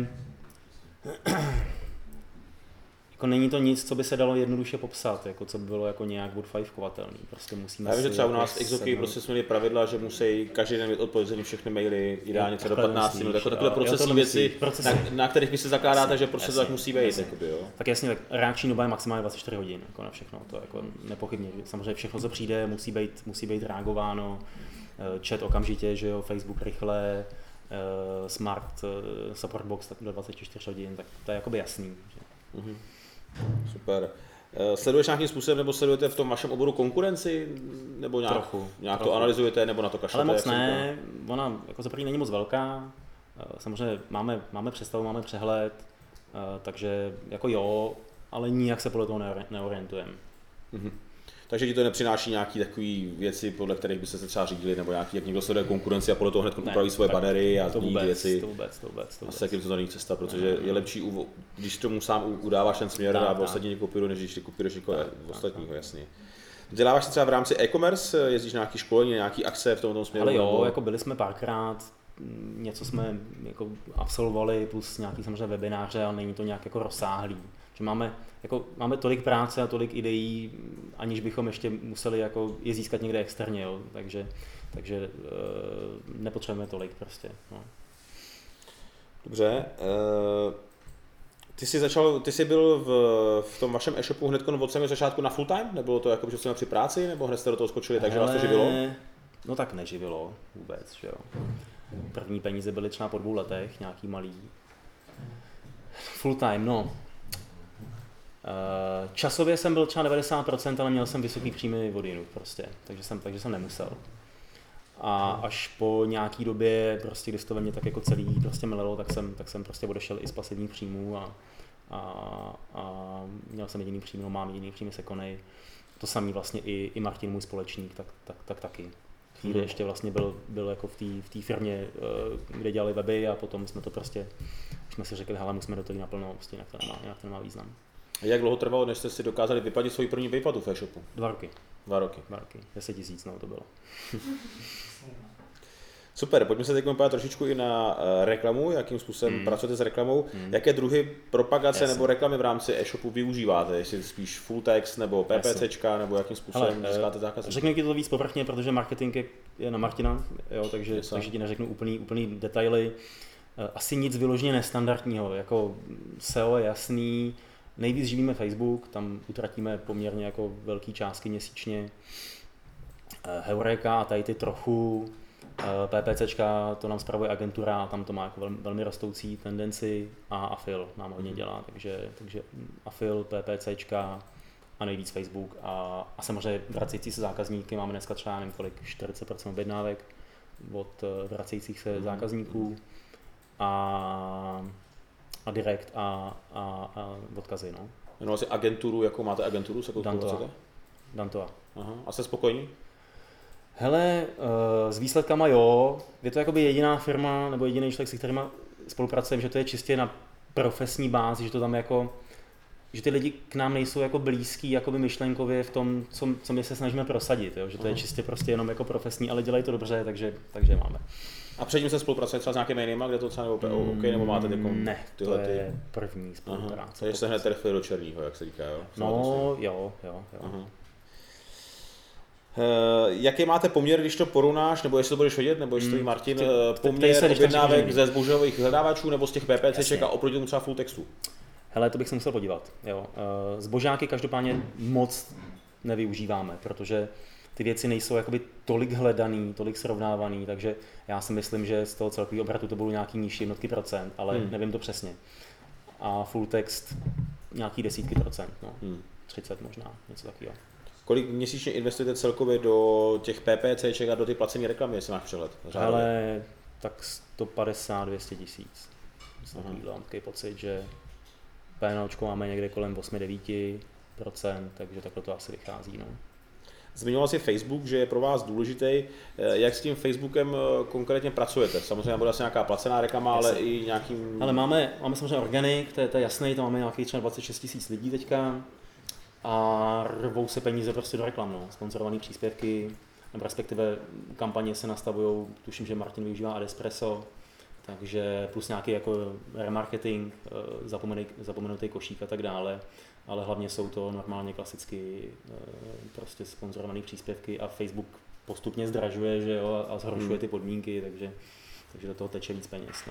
jako není to nic, co by se dalo jednoduše popsat, jako co by bylo jako nějak wood five-kovatelný. Prostě musíme Já vím, že třeba u nás v jako Exoky sednout. prostě jsme měli pravidla, že musí každý den mít odpovězení všechny maily, ideálně třeba do patnáct minut, jako takové jo, procesní jo, věci, procesy. na, na kterých vy se zakládáte, že prostě to Jasně, tak musí být. jasně. Jakoby, jo. Tak jasně, tak reakční doba je maximálně dvacet čtyři hodin jako na všechno, to je jako nepochybně. Samozřejmě všechno, co přijde, musí být, musí být reagováno, chat okamžitě, že jo, Facebook rychle, smart support box tak do dvacet čtyři hodin, tak to je jakoby jasný. Že? Mhm. Super. Sleduješ nějakým způsobem, nebo sledujete v tom vašem oboru konkurenci, nebo nějak, Trochu, nějak trochu. to analyzujete, nebo na to kašlete? Ale moc jak se říká? ne, ona jako za první není moc velká, samozřejmě máme, máme představu, máme přehled, takže jako jo, ale nijak se podle toho neorientujeme. Mhm. Takže ti to nepřináší nějaké takové věci, podle kterých by se třeba řídili, nebo nějaký, jak někdo sleduje konkurenci a podle toho hned Ne, upraví svoje tak banery a to jiné vůbec, věci. to vůbec, to vůbec, to vůbec. Asi taky to není cesta, protože je lepší, uvo- když tomu sám u- udáváš ten směr Tak, a tak. ostatní kopíruje, než když ty kopíruješ někoho Tak, tak, ostatního, jasně. Děláváš se třeba v rámci e-commerce, jezdíš na nějaké školení, nějaké akce v tomto směru? Ale jo, nebo... jako byli jsme párkrát, něco jsme jako absolvovali, plus nějaký samozřejmě webináře, ale není to nějak jako rozsáhlý. Že máme, jako, máme tolik práce a tolik ideí, aniž bychom ještě museli jako je získat někde externě, jo. takže, takže e, nepotřebujeme tolik prostě. No. Dobře. E, ty jsi začal, ty jsi byl v, v tom vašem e-shopu hned od samého začátku na full time? Nebylo to jako, že jste při práci, nebo hned jste do toho skočili, takže vás to živilo? No tak neživilo vůbec, že jo. První peníze byly třeba po dvou letech, nějaký malý. Full time, no. Časově jsem byl třeba devadesát procent, ale měl jsem vysoký příjmy od jinut prostě, takže jsem, takže jsem nemusel. A až po nějaký době, prostě, když to ve mně tak jako celý prostě melelo, tak jsem, tak jsem prostě odešel i z pasivních příjmů a, a, a měl jsem jediný příjem, no, mám jediný příjem se konej. To samý vlastně i, i Martin, můj společník, tak, tak, tak taky. Chvíli hmm. ještě vlastně byl, byl jako v té v té firmě, kde dělali weby a potom jsme to prostě, jsme si řekli, hele, musíme do toho naplno, prostě jinak to nemá, jinak to nemá význam. A jak dlouho trvalo, než jste si dokázali vyplatit svoji první výplatu v e-shopu? Dva roky. Dva roky. Dva roky. Deset tisíc, no to bylo. Super, pojďme se teď podívat trošičku i na uh, reklamu, jakým způsobem mm. pracujete s reklamou. Mm. Jaké druhy propagace Jasně. nebo reklamy v rámci e-shopu využíváte? Jestli spíš full text nebo PPCčka, nebo jakým způsobem Hele, získáte zákazníky? Řeknu ti to víc povrchně, protože marketing je, je na Martina, jo, takže, Yes, takže ti neřeknu úplný, úplný detaily. Asi nic vyloženě nestandardního, jako S E O je jasný, nejvíc živíme Facebook, tam utratíme poměrně jako velký částky měsíčně. Heureka a tady ty trochu, PPCčka, to nám spravuje agentura, tam to má jako velmi, velmi rostoucí tendenci a Afil nám hodně dělá, takže, takže Afil, PPCčka, a nejvíc Facebook a, a samozřejmě vracející se zákazníky, máme dneska třeba nevím kolik, čtyřicet procent objednávek od vracejících se zákazníků a, a direct a, a, a odkazy. No. No asi agenturu, jako máte agenturu, se Dantoa. Dantoa. Aha. A jste spokojení? Hele, s výsledkama jo, je to jakoby jediná firma nebo jediný člověk, se kterýma spolupracujeme, že to je čistě na profesní bázi, že to tam jako, že ty lidi k nám nejsou jako blízký jakoby myšlenkově v tom, co, co my se snažíme prosadit, jo? Že to je čistě prostě jenom jako profesní, ale dělají to dobře, takže, takže máme. A předtím se spolupracuje třeba s nějakými jinýma, kde to třeba nebo mm, OK, nebo máte jako ne, tyhle to je ty... první spolupráce. Takže se hned trefili do černého, jak se říká, jo? No, jo, jo, jo. Aha. Uh, jaký máte poměr, když to porovnáš, nebo jestli to budeš vědět, nebo jestli to ví Martin, Ty- poměr se, když tak objednávek řekni. ze zbožňových hledávačů nebo z těch PPCček Jasně. a oproti tomu třeba full textu? Hele, to bych se musel podívat. Jo. Eh, Zbožáky každopádně moc nevyužíváme, protože ty věci nejsou jakoby tolik hledaný, tolik srovnávaný, takže já si myslím, že z toho celkového obratu to budou nějaký nižší jednotky procent, ale Hmm. nevím to přesně. A full text nějaký desítky procent, no. Hmm. třicet možná, něco takového. Kolik měsíčně investujete celkově do těch PPCček a do ty placené reklamy, jestli máš přehled? Řádově. Ale tak sto padesát až dvě stě tisíc. Myslím, mám takový pocit, že PNOčko máme někde kolem osm devět procent, takže takhle to asi vychází. No. Zmiňoval jsi Facebook, že je pro vás důležitý. Jak s tím Facebookem konkrétně pracujete? Samozřejmě bude asi nějaká placená reklama, ale Jasně. i nějakým... Ale máme, máme samozřejmě organik, to je, to je jasný, to máme nějakých třeba dvacet šest tisíc lidí teďka a rvou se peníze prostě do reklam, no. Sponzorované příspěvky, nebo respektive kampaně se nastavují, tuším, že Martin využívá Adespresso, takže plus nějaký jako remarketing, zapomenutý, zapomenutý košík a tak dále, ale hlavně jsou to normálně klasicky prostě sponzorované příspěvky a Facebook postupně zdražuje, že jo, a zhoršuje Hmm. ty podmínky, takže, takže do toho teče víc peněz. No.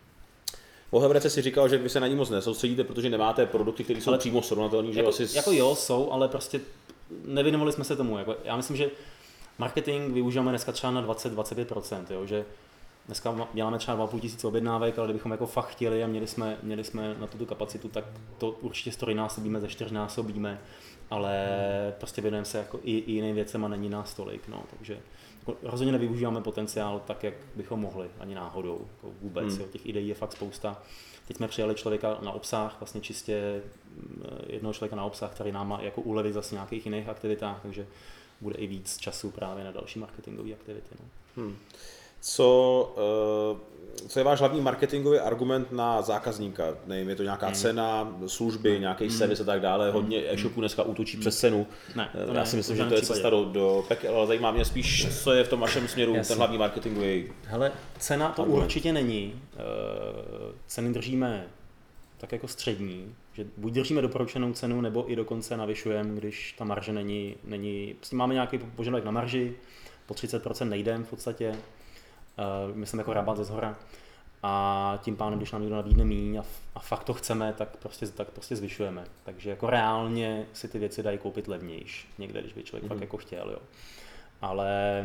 O Hebrece si říkal, že vy se na ní moc nesoustředíte, protože nemáte produkty, které jsou Ale přímo srovnatelné. Jako, Asi... jako jo, jsou, ale prostě nevěnovali jsme se tomu. Jako, já myslím, že marketing využíváme dneska třeba na dvacet až dvacet pět procent, jo, že dneska děláme třeba dva a půl tisíce objednávek, ale kdybychom jako fakt chtěli a měli jsme, měli jsme na tu kapacitu, tak to určitě strojnásobíme, ze čtyřnásobíme, ale prostě věnujeme se jako i, i jiným věcem a není nás tolik, no, takže jako rozhodně nevyužíváme potenciál tak, jak bychom mohli, ani náhodou, jako vůbec, Hmm. jo, těch ideí je fakt spousta. Teď jsme přijali člověka na obsah, vlastně čistě jednoho člověka na obsah, který nám má jako ulevit zase nějakých jiných aktivitách, takže bude i víc času právě na další marketingové aktivity. No. Hmm. Co, uh, co je váš hlavní marketingový argument na zákazníka? Nevím, je to nějaká Hmm. cena, služby, nějaký servis a tak dále. Hodně e-shopů dneska útočí přes cenu. Ne, to Já ne, si myslím, v že žádném to je případě. cesta do, do pekel, ale zajímá mě spíš, co je v tom vašem směru Jasně. ten hlavní marketingový. Hele, cena to Argument. určitě není. Eh, Ceny držíme tak jako střední, že buď držíme doporučenou cenu, nebo i dokonce navyšujeme, když ta marže není, není prostě máme nějaký požadavek na marži, po třicet procent nejdem v podstatě, eh, myslím jako rabat ze zhora. A tím pádem, když nám někdo nabídne míň a, a fakt to chceme, tak prostě, tak prostě zvyšujeme. Takže jako reálně si ty věci dají koupit levnější někde, když by člověk mm-hmm. fakt jako chtěl. Jo. Ale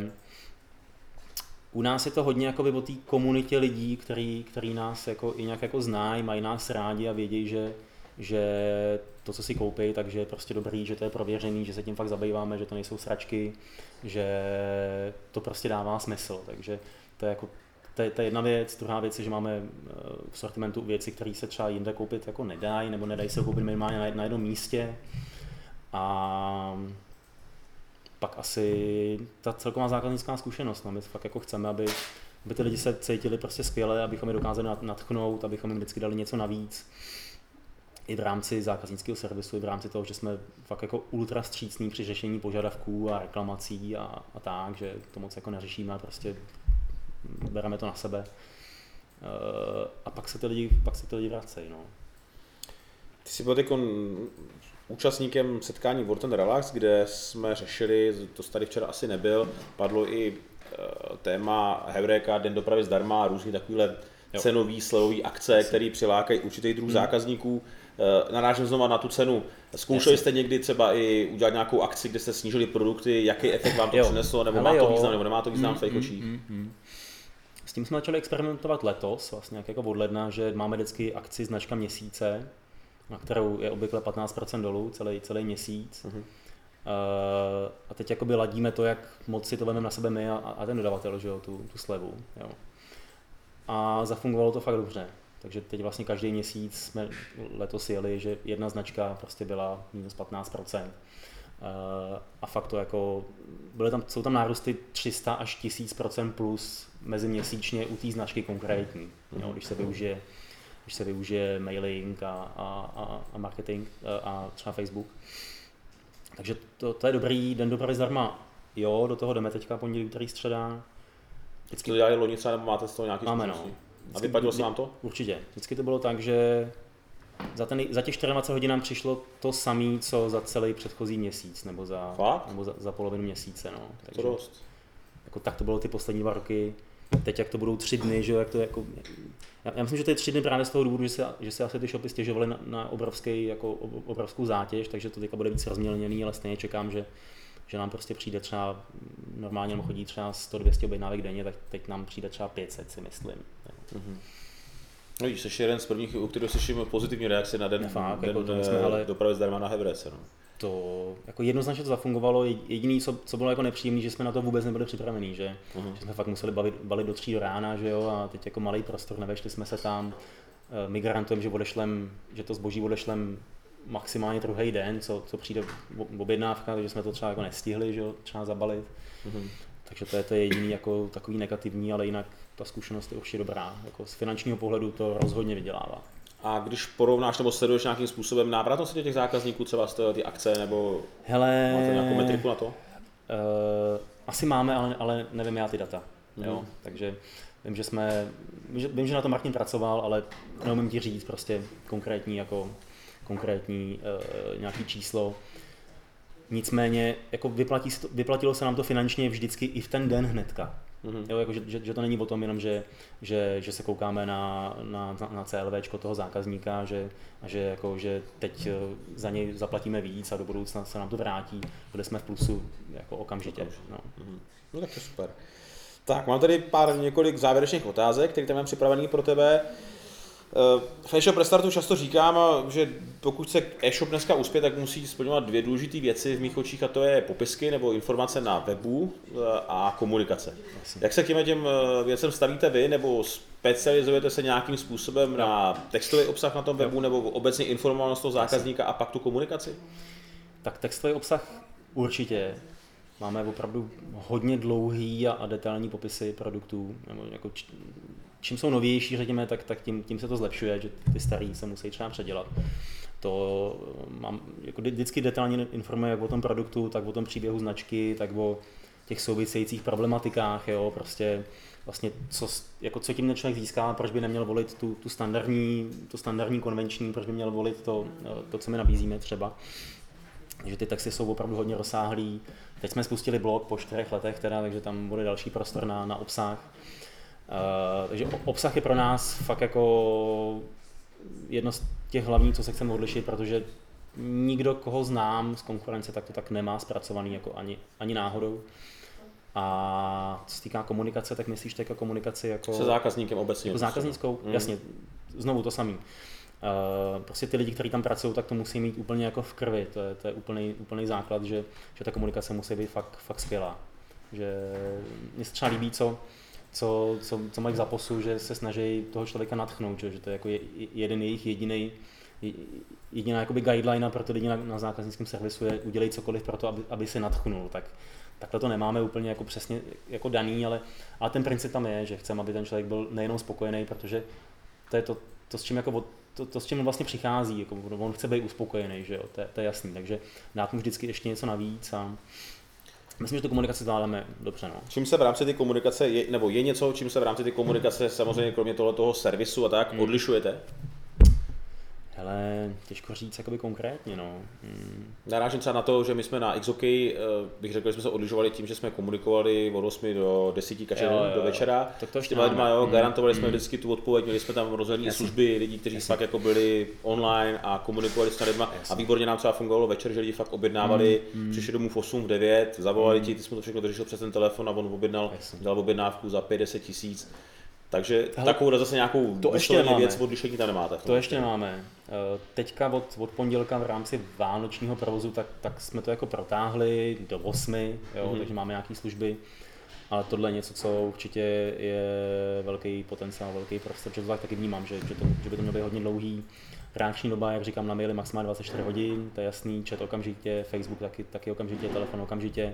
u nás je to hodně jakoby o té komunitě lidí, který, který nás jako i nějak jako znají, mají nás rádi a vědí, že, že to, co si koupí, takže je prostě dobrý, že to je prověřený, že se tím fakt zabýváme, že to nejsou sračky, že to prostě dává smysl. Takže to je jako To je, to je jedna věc. Druhá věc je, že máme v sortimentu věci, které se třeba jinde koupit jako nedají, nebo nedají se koupit minimálně na, na jednom místě. A pak asi ta celková zákaznická zkušenost. No, my fakt jako chceme, aby, aby ty lidi se cítili prostě skvěle, abychom je dokázali nadchnout, abychom jim vždycky dali něco navíc. I v rámci zákaznického servisu, i v rámci toho, že jsme fakt jako ultra vstřícní při řešení požadavků a reklamací a, a tak, že to moc jako neřešíme a prostě bereme to na sebe. A pak se ty lidi, pak se ty lidi vracejí. No. Ty jsi byl teď účastníkem setkání Work and Relax, kde jsme řešili, to tady včera asi nebyl, padlo i téma Heureka, Den dopravy zdarma, různý takovýhle jo. cenový, slevový akce, které přilákají určitý druh hmm. zákazníků. Narážím znovu na tu cenu. Zkoušeli Jasně. jste někdy třeba i udělat nějakou akci, kde jste snížili produkty, jaký efekt vám to jo. přineslo, nebo Hele má to jo. význam, nebo nemá to význam mm, v těch očích? Mm, mm. S tím jsme začali experimentovat letos, vlastně jak jako od ledna, že máme vždycky akci značka měsíce na kterou je obvykle patnáct procent dolů celý, celý měsíc. Uh-huh. Uh, a teď jakoby ladíme to, jak moc si to vezmeme na sebe my a, a ten dodavatel, že jo, tu, tu slevu. Jo. A zafungovalo to fakt dobře. Takže teď vlastně každý měsíc jsme letos jeli, že jedna značka prostě byla minus patnáct procent. Uh, a fakt to jako, byly tam, jsou tam nárůsty tři sta až tisíc procent plus meziměsíčně u té značky konkrétní, mm-hmm. jo, když se využije, když se využije mailing a, a, a marketing a třeba Facebook. Takže to, to je dobrý, den dopravy zdarma, jo, do toho jdeme teďka pondělí, úterý, středa. Vždycky to dělali loni třeba, nebo máte z toho nějaký máme, zkušenosti? No. A vypadlo se vám to? Určitě. Vždycky to bylo tak, že za, ten, za těch dvacet čtyři hodin nám přišlo to samé, co za celý předchozí měsíc, nebo za, nebo za, za polovinu měsíce. No. Takže, to dost. Jako, tak to bylo ty poslední dva roky. Teď jak to budou tři dny, že jak to jako, já, já myslím, že to je tři dny právě z toho důvodu, že se, že se asi ty shopy stěžovaly na, na obrovský, jako, obrovskou zátěž, takže to teďka bude víc rozmělněný, ale stejně čekám, že, že nám prostě přijde třeba, normálně nám chodí třeba sto dvě stě objednávek denně, tak teď nám přijde třeba pět set, si myslím. Mm-hmm. No víš, jsi jeden z prvních, u kterého slyším pozitivní reakci na den, fakt, den jako to jsme, ale dopravy zdarma na Hebrece. No. To jako jednoznačně to zafungovalo, jediné, co, co bylo jako nepříjemné, že jsme na to vůbec nebyli připravení, že, uh-huh. že jsme fakt museli bavit, balit do tří do rána, že jo, a teď jako malý prostor, nevešli jsme se tam, my garantujeme, že odešlem, že to zboží odešlem maximálně druhý den, co, co přijde v objednávka, takže jsme to třeba jako nestihli, že jo, třeba zabalit. Uh-huh. Takže to je to jediný jako takový negativní, ale jinak ta zkušenost je určitě dobrá. Jako z finančního pohledu to rozhodně vydělává. A když porovnáš nebo sleduješ nějakým způsobem návratnost těch zákazníků, třeba z té akce, nebo hele, máte nějakou metriku na to? Uh, asi máme, ale, ale nevím já ty data. Mm. Jo? Takže vím, že jsme, vím, že na to Martin pracoval, ale neumím ti říct prostě konkrétní, jako, konkrétní uh, nějaký číslo. Nicméně jako vyplatí se to, vyplatilo se nám to finančně vždycky i v ten den hnedka. Mm-hmm. Jo, jako, že, že, že to není o tom jenom, že, že, že se koukáme na, na, na CLVčko toho zákazníka, že, a že, jako, že teď za něj zaplatíme víc a do budoucna se nám to vrátí, kde jsme v plusu jako okamžitě. No. Mm-hmm. No tak to super. Tak, mám tady pár několik závěrečných otázek, které tam mám připravený pro tebe. V e-shop Restartu často říkám, že pokud se e-shop dneska uspěje, tak musí splňovat dvě důležité věci v mých očích, a to je popisky nebo informace na webu a komunikace. Jasně. Jak se k těm, těm věcem stavíte vy, nebo specializujete se nějakým způsobem no. na textový obsah na tom webu, no. nebo obecně informovanost toho zákazníka a pak tu komunikaci? Tak textový obsah určitě. Máme opravdu hodně dlouhý a, a detailní popisy produktů. Nebo jako č, čím jsou novější, řekněme, tak, tak tím, tím se to zlepšuje, že ty starý se musí třeba předělat. To mám, jako vždycky detailně informuje jak o tom produktu, tak o tom příběhu značky, tak o těch souvisejících problematikách, jo, prostě vlastně co, jako co tím ten člověk získá, proč by neměl volit tu, tu standardní, tu standardní konvenční, proč by měl volit to, to, co my nabízíme třeba. Takže ty texty jsou opravdu hodně rozsáhlý. Teď jsme spustili blog po čtyřech letech, teda, takže tam bude další prostor na, na obsah. Uh, takže obsah je pro nás fakt jako jedno z těch hlavních, co se chceme odlišit, protože nikdo, koho znám z konkurence, tak to tak nemá zpracovaný jako ani, ani náhodou. A co se týká komunikace, tak myslíš teďka komunikaci jako... Se zákazníkem obecně. Jako zákaznickou, mm. jasně, znovu to samý. Uh, prostě ty lidi, kteří tam pracují, tak to musí mít úplně jako v krvi, to je, to je úplný, úplný základ, že, že ta komunikace musí být fakt, fakt skvělá. Že mně se třeba líbí, co, co, co, co mají v zaposu, že se snaží toho člověka nadchnout, že, že to je jako je, jeden jejich jediný, jediná jakoby guideline pro ty lidi na, na zákaznickém servisu je udělej cokoliv pro to, aby, aby se nadchnul. Tak, takhle to nemáme úplně jako přesně jako daný, ale, ale ten princip tam je, že chceme, aby ten člověk byl nejenom spokojený, protože to je to, to s čím jako To, to, s čím vlastně přichází, jako on chce být uspokojený, že jo, to, to je jasný, takže dát mu vždycky ještě něco navíc a myslím, že tu komunikaci zvládáme dobře. No. Čím se v rámci ty komunikace, je, nebo je něco, čím se v rámci ty komunikace samozřejmě kromě tohoto servisu a tak hmm. odlišujete? Hele, těžko říct jakoby konkrétně, no. Hmm. Narážím třeba na to, že my jsme na Xhokej, bych řekl, že jsme se odlišovali tím, že jsme komunikovali od osmi do deseti každý den do večera. Tak to s těma lidma, jo, garantovali jsme vždycky tu odpověď, měli jsme tam rozhlední služby lidí, kteří fakt jako byli online a komunikovali s lidma a výborně nám třeba fungovalo večer, že lidi fakt objednávali, mm. přišli domů v osm, v devět, zavolali mm. ti, ty jsme to všechno vyřešil přes ten telefon a on objednal, dal objednávku za pět deset tisíc. Takže Hele, takovou zase nějakou to ještě vysloveně nemáme. věc odlišení tam nemáte. To ještě nemáme. Teďka od, od pondělka v rámci vánočního provozu, tak, tak jsme to jako protáhli do osmi, jo, Mhm. takže máme nějaké služby. Ale tohle je něco, co určitě je velký potenciál, velký prostor, že to tak taky vnímám, že, že, to, že by to mělo být hodně dlouhý. Reakční doba, jak říkám, na maily maximálně dvacet čtyři hodin, to je jasný, chat okamžitě, Facebook taky, taky okamžitě, telefon okamžitě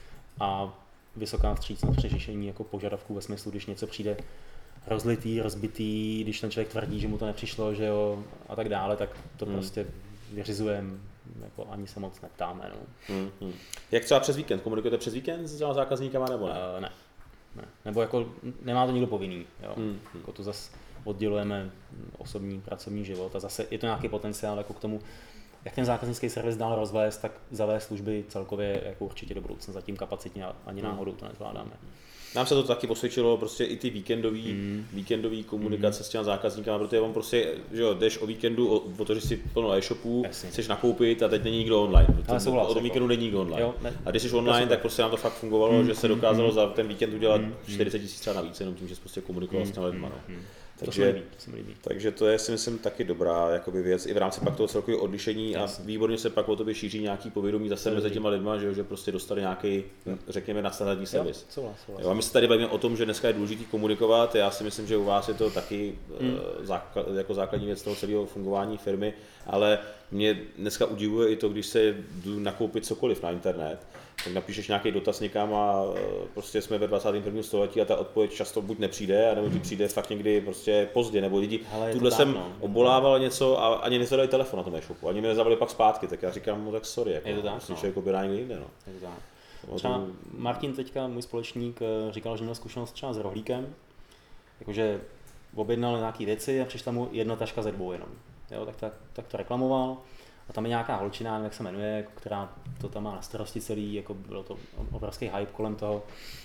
a vysoká vstřícnost při řešení jako požadavků ve smyslu, když něco přijde rozlitý, rozbitý, když ten člověk tvrdí, že mu to nepřišlo, že jo, a tak dále, tak to Hmm. prostě vyřizujeme, jako ani se moc neptáme, no. Hmm, hmm. Jak třeba přes víkend? Komunikujete přes víkend s těma zákazníkama nebo ne? Uh, ne. ne. Nebo jako nemá to nikdo povinný, jo. Hmm, hmm. Jako to zase oddělujeme osobní, pracovní život a zase je to nějaký potenciál jako k tomu, jak ten zákaznický servis dál rozvést, tak zavést služby celkově jako určitě do budoucna, zatím kapacitně ani náhodou to nezvládáme. Nám se to taky posvědčilo, prostě i ty víkendový, Mm. víkendový komunikace mm. s těma zákazníkama, protože on prostě, že jo, jdeš o víkendu, o, o to, že si plno e-shopů, Jasně. chceš nakoupit a teď není nikdo online. Ale souhlas, O tom jako. víkendu není nikdo online. Jo, ne, A když jsi to online, super. tak prostě nám to fakt fungovalo, Mm, že se mm, dokázalo mm. za ten víkend udělat Mm, čtyřicet tisíc třeba navíc, jenom tím, že jsi prostě komunikoval s těma lidma. No. Mm, mm. To se mi Takže, líbí, to se mi líbí. takže to je si myslím taky dobrá jakoby věc i v rámci pak toho celkového odlišení a Jasně. výborně se pak o tobě šíří nějaký povědomí zase To mezi líbí. těma lidma, že, jo, že prostě dostali nějaký, řekněme, nadstandardní servis. Jo, souhlas, souhlas. Jo, a my se tady bavíme o tom, že dneska je důležité komunikovat. Já si myslím, že u vás je to taky Hmm. mm. základ, jako základní věc toho celého fungování firmy, ale mě dneska udivuje i to, když se jdu nakoupit cokoliv na internet, tak napíšeš nějaký dotaz někam a eh, prostě jsme ve dvacátém prvním století a ta odpověď často buď nepřijde, anebo ti přijde fakt někdy prostě pozdě, nebo lidi, Hele, je to tuhle tak, jsem no. obolával něco a ani nezvedali telefon na tom e-shopu, ani mi nezavali pak zpátky, tak já říkám, no tak sorry, jako, Je to tak, prostě no. člověk objedná někde jinde, no. Je to tak. O Třeba tom- Martin teďka, můj společník, eh, říkal, že měl zkušenost třeba s rohlíkem, jakože objednal nějaké věci a přišla mu jedna taška ze dvou jenom. Jo, tak, tak, tak to reklamoval a tam je nějaká holčina, nevím, jak se jmenuje, jako, která to tam má na starosti celý, jako bylo to obrovský hype kolem toho,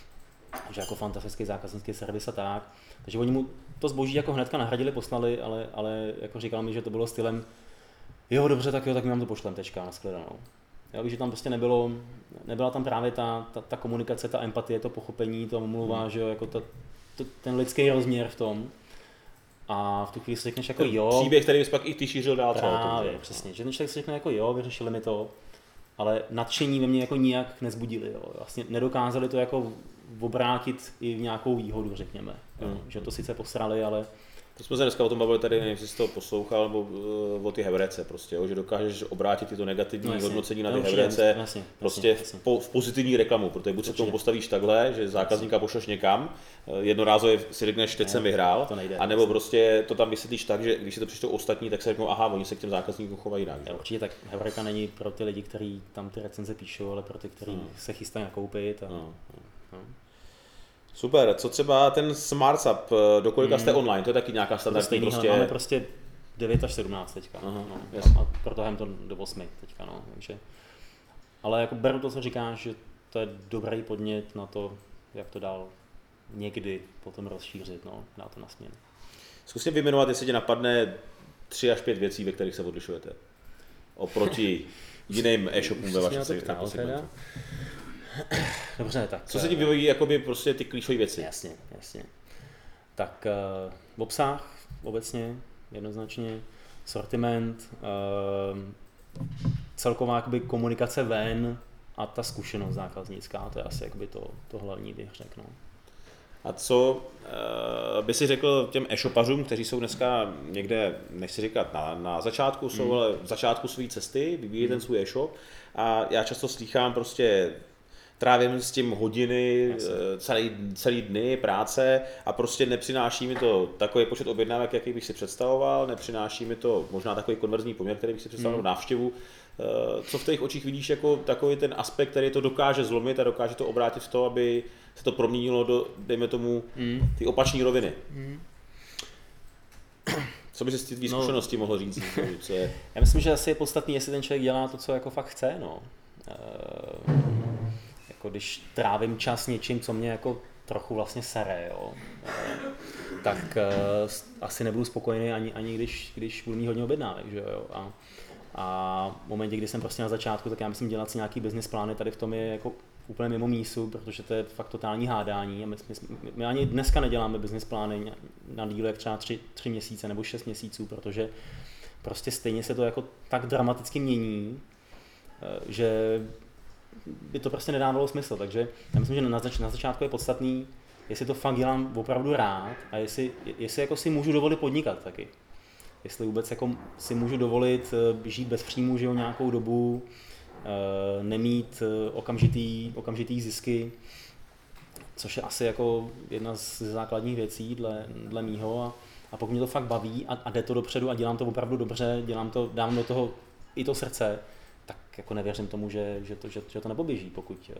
že jako fantastický zákaznický servis a tak. Takže oni mu to zboží jako hnedka nahradili, poslali, ale, ale jako říkal mi, že to bylo stylem, jo dobře, tak jo, tak my vám to pošlem, tečka, nashledanou. Já víš, že tam prostě nebylo, nebyla tam právě ta, ta, ta komunikace, ta empatie, to pochopení, to omluva, Hmm. že jo, jako ta, to, ten lidský rozměr v tom. A v tu chvíli si řekneš jako jo, Příběh, který bys pak i ty šířil dál třeba o tom, právě, že? přesně, že ten člověk si řekne jako jo, vyřešili mi to, ale nadšení ve mně jako nijak nezbudili, jo. Vlastně nedokázali to jako obrátit i v nějakou výhodu, řekněme, jo. Hmm. Že to sice posrali, ale To jsme se dneska o tom bavili tady, nevím, jestli jsi to poslouchal, nebo uh, o ty hebrece prostě, jo, že dokážeš obrátit tyto negativní No, jasně. hodnocení na No, ty určitě, hebrece jasně, prostě jasně, v, jasně. po, v pozitivní reklamu, protože buď se k tomu Určitě. postavíš takhle, že zákazníka pošleš někam, eh, jednorázově si řekneš, teď Ne, jsem vyhrál, to nejde, anebo jasně. prostě to tam vysvětlíš tak, že když se to přečtou ostatní, tak se řeknou, aha, oni se k těm zákazníkům chovají jinak. že? Jo, určitě tak Hebreka není pro ty lidi, kteří tam ty recenze píšou, ale pro ty, kteří Hmm. se chystají nakoupit. A, No. no. Super, co třeba ten SmartSap, eh, do kolika Hmm. jste online, to je taky nějaká To standardní stejný, prostě... máme prostě devět až sedmnáct teďka. Aha, no, jasně. a protahem to do osmi teďka, no, takže. Ale jako beru to, co říkáš, že to je dobrý podnět na to, jak to dál někdy potom rozšířit, no, dá to na směn. Zkusím vyjmenovat, jestli tě napadne tři až pět věcí, ve kterých se odlišujete. Oproti jiným e-shopům ve Jsi vašem mě na to se- ptal, jako segmentu. teda? Dobře, tak. Co se ti eh, vyvojí jakoby prostě ty klíčové věci? Jasně, jasně. Tak uh, obsah obecně, jednoznačně, sortiment, uh, celková jakoby, komunikace ven a ta zkušenost zákaznická, to je asi jakoby, to, to hlavní, bych řekl. No. A co uh, by si řekl těm e-shopařům, kteří jsou dneska někde, nechci říkat na, na začátku, jsou Mm. ale v začátku své cesty, vyvíjí ten svůj e-shop a já často slýchám prostě trávím s tím hodiny, Jasně. eh, celý, celý dny práce a prostě nepřináší mi to takový počet objednávek, jaký bych si představoval, nepřináší mi to možná takový konverzní poměr, který bych si představoval, Mm. návštěvu. Eh, Co v těch očích vidíš jako takový ten aspekt, který to dokáže zlomit a dokáže to obrátit v to, aby se to proměnilo do, dejme tomu, Mm. ty opační roviny? Mm. Co by si z té tvý No. zkušenosti mohl říct? Co je? Já myslím, že asi je podstatný, jestli ten člověk dělá to, co jako fakt chce. No. E, jako když trávím čas něčím, co mě jako trochu vlastně sere, jo. E, tak e, asi nebudu spokojený ani, ani když, když budu mít hodně objednávek. Že jo. A, a v momentě, kdy jsem prostě na začátku, tak já myslím dělat si nějaký business plány tady v tom je jako úplně mimo mísu, protože to je fakt totální hádání a my, my, my ani dneska neděláme business plány na díl jak třeba tři, tři měsíce nebo šest měsíců, protože prostě stejně se to jako tak dramaticky mění, že by to prostě nedávalo smysl, takže já myslím, že na, zač- na začátku je podstatný, jestli to fakt dělám opravdu rád a jestli, jestli jako si můžu dovolit podnikat taky. Jestli vůbec jako si můžu dovolit žít bez příjmu, že jo, nějakou dobu, nemít okamžitý, okamžitý zisky, což je asi jako jedna z základních věcí dle, dle mýho a, a pokud mě to fakt baví a, a jde to dopředu a dělám to opravdu dobře, dělám to, dám do toho i to srdce, tak jako nevěřím tomu, že, že, to, že, že to nepoběží, pokud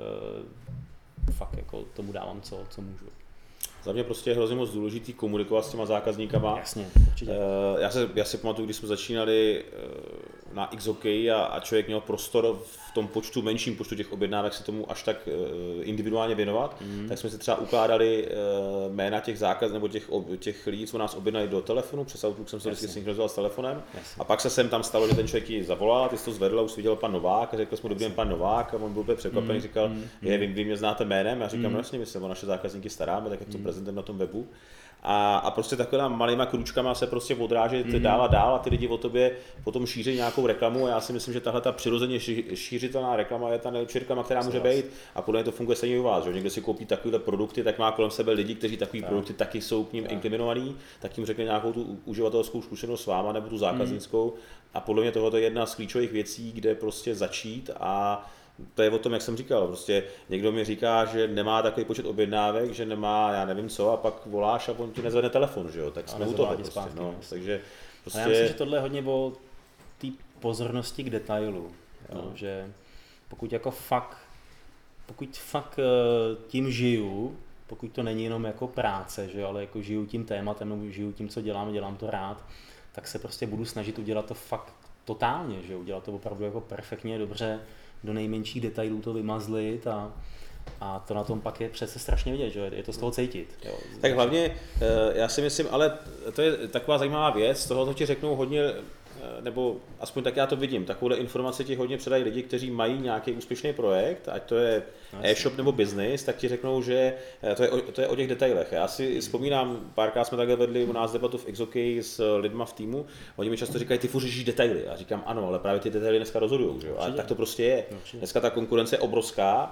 uh, fakt jako tomu dávám, co, co můžu. Za mě prostě je hrozně moc důležitý komunikovat s těma zákazníkama. Jasně, určitě. Uh, já, se, já si pamatuju, když jsme začínali uh, na X OK a, a člověk měl prostor v tom počtu, menším počtu těch objednávek se tomu až tak uh, individuálně věnovat, mm. tak jsme si třeba ukládali uh, jména těch zákazníků nebo těch, těch lidí, co nás objednali do telefonu, přes Outlook jsem se vždycky synchronizoval s telefonem. Jasně. A pak se sem tam stalo, že ten člověk ji zavolal, ty jsi to zvedl a už viděl pan Novák a řekl jsme dobrý den pan Novák a on byl úplně překvapený, mm. říkal, mm. je, vy, vy mě znáte jménem, já říkám, mm. no jasně, my se o naše zákazníky staráme, tak jak to mm. prezentujeme na tom webu. A, a prostě takovýma malýma kručkama se prostě odrážet mm. dál a dál a ty lidi o tobě potom šíří nějakou reklamu a já si myslím, že tahle ta přirozeně šířitelná reklama je ta nejlepší reklama, která může být a podle mě to funguje stejně u vás, že někdo si koupí takovéhle produkty, tak má kolem sebe lidi, kteří takový tak. produkty taky jsou k ním tak. inkliminovaní, tak jim řekne nějakou tu uživatelskou zkušenost s váma nebo tu zákaznickou mm. a podle mě tohle je jedna z klíčových věcí, kde prostě začít a to je o tom, jak jsem říkal, prostě někdo mi říká, že nemá takový počet objednávek, že nemá, já nevím co, a pak voláš a on ti nezvedne telefon, že jo, tak jsme u toho prostě, zpátky, no, takže prostě... A já myslím, že tohle je hodně o té pozornosti k detailu, jo, no. Že pokud jako fakt, pokud fakt tím žiju, pokud to není jenom jako práce, že jo, ale jako žiju tím tématem, nebo žiju tím, co dělám, dělám to rád, tak se prostě budu snažit udělat to fakt totálně, že jo, udělat to opravdu jako perfektně, dobře, do nejmenších detailů to vymazlit a, a to na tom pak je přece strašně vidět, že je to z toho cítit. Jo. Tak hlavně, já si myslím, ale to je taková zajímavá věc, z toho to ti řeknou hodně, nebo aspoň tak já to vidím, takovouhle informaci ti hodně předají lidi, kteří mají nějaký úspěšný projekt, ať to je e-shop nebo business, tak ti řeknou, že to je, o, to je o těch detailech. Já si vzpomínám, párkrát jsme takhle vedli u nás debatu v X OK s lidma v týmu, oni mi často říkají, ty furt řešíš detaily. Já říkám, ano, ale právě ty detaily dneska rozhodujou, že jo? A tak to prostě je. Dneska ta konkurence je obrovská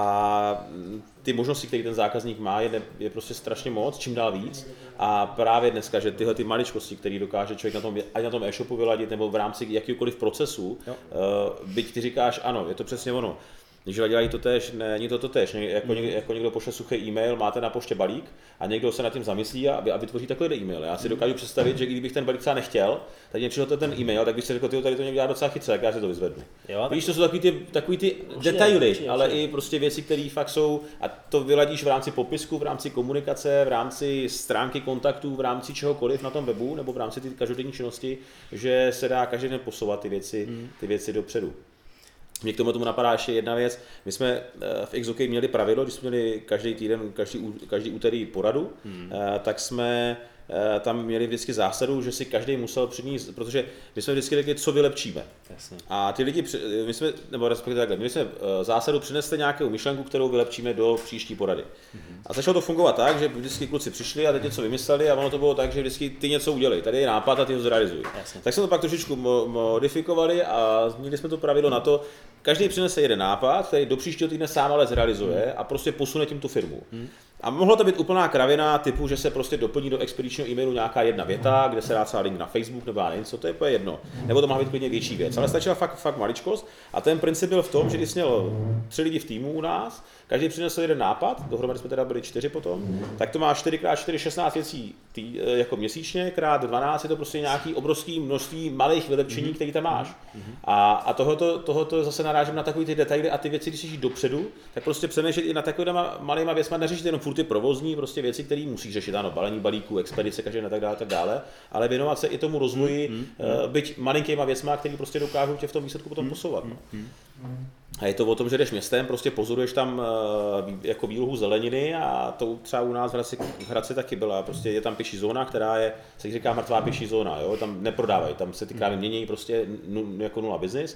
a ty možnosti, které ten zákazník má, je, je prostě strašně moc, čím dál víc. A právě dneska, že tyhle ty maličkosti, které dokáže člověk na tom, ať na tom e-shopu vyladit nebo v rámci jakýkoliv procesu, uh, byť ty říkáš, ano, je to přesně ono. Když dělají to tež, není to to tež, jako, někdo, jako někdo pošle suchý e-mail, máte na poště balík a někdo se nad tím zamyslí a, a vytvoří takový e-mail. Já si dokážu představit, že kdybych ten balík třeba nechtěl, tak mě přišel ten e-mail, tak bych si řekl, tyjo, tady to někdo dělá docela chytře, tak já si to vyzvednu. Jo, víš, to jsou takový ty, takový ty určitě, detaily, určitě, ale určitě. I prostě věci, které fakt jsou, a to vyladíš v rámci popisku, v rámci komunikace, v rámci stránky kontaktů, v rámci čehokoliv na tom webu nebo v rámci té každodenní činnosti, že se dá každý den posouvat ty věci, mm. ty věci dopředu. Mě k tomu tomu napadá ještě jedna věc. My jsme v X OK měli pravidlo, když jsme měli každý týden, každý, každý úterý poradu, hmm. tak jsme tam měli vždycky zásadu, že si každý musel přinést, protože my jsme vždycky řekli, co vylepšíme. Jasně. A ty lidi, my jsme, nebo respektive takhle, my jsme zásadu přinesli nějakou myšlenku, kterou vylepšíme do příští porady. Hmm. A začalo to fungovat tak, že vždycky kluci přišli a teď něco vymysleli a ono to bylo tak, že vždycky ty něco udělej, tady je nápad a ty ho zrealizuj. Jasně. Tak jsme to pak trošičku modifikovali a změnili jsme to pravidlo na to, každý přinese jeden nápad, který do příštího týdne sám ale zrealizuje hmm. a prostě posune tím tu firmu. Hmm. A mohlo to být úplná kravina typu, že se prostě doplní do expedičního e-mailu nějaká jedna věta, kde se dá třeba link na Facebook nebo já nevím co, to je jedno. Nebo to má být klidně větší věc, ale stačila fakt, fakt maličkost a ten princip byl v tom, že když měl tři lidi v týmu u nás, každý přinesl jeden nápad, dohromady jsme teda byli čtyři potom, tak to má čtyři krát čtyři, šestnáct věcí tý, jako měsíčně, krát dvanáct je to prostě nějaký obrovský množství malých vylepšení, mm-hmm. který tam máš. Mm-hmm. A, a tohoto, tohoto zase narážím na takový ty detaily a ty věci, když jsi dopředu, tak prostě přemýšlet i na takovýma malýma věcma, neřešit jenom furt ty provozní prostě věci, které musíš řešit, ano, balení balíků, expedice, každý a tak dále, tak dále, ale věnovat se i tomu rozvoji, mm-hmm. byť malinkýma věcma, které prostě dokážou tě v tom výsledku potom posouvat. No. Mm-hmm. A je to o tom, že jdeš městem, prostě pozoruješ tam jako výlohu zeleniny a to třeba u nás v Hradci, v Hradci taky byla, prostě je tam pěší zóna, která je, se říká mrtvá pěší zóna, jo? Tam neprodávají, tam se ty krávy mění prostě jako nula business.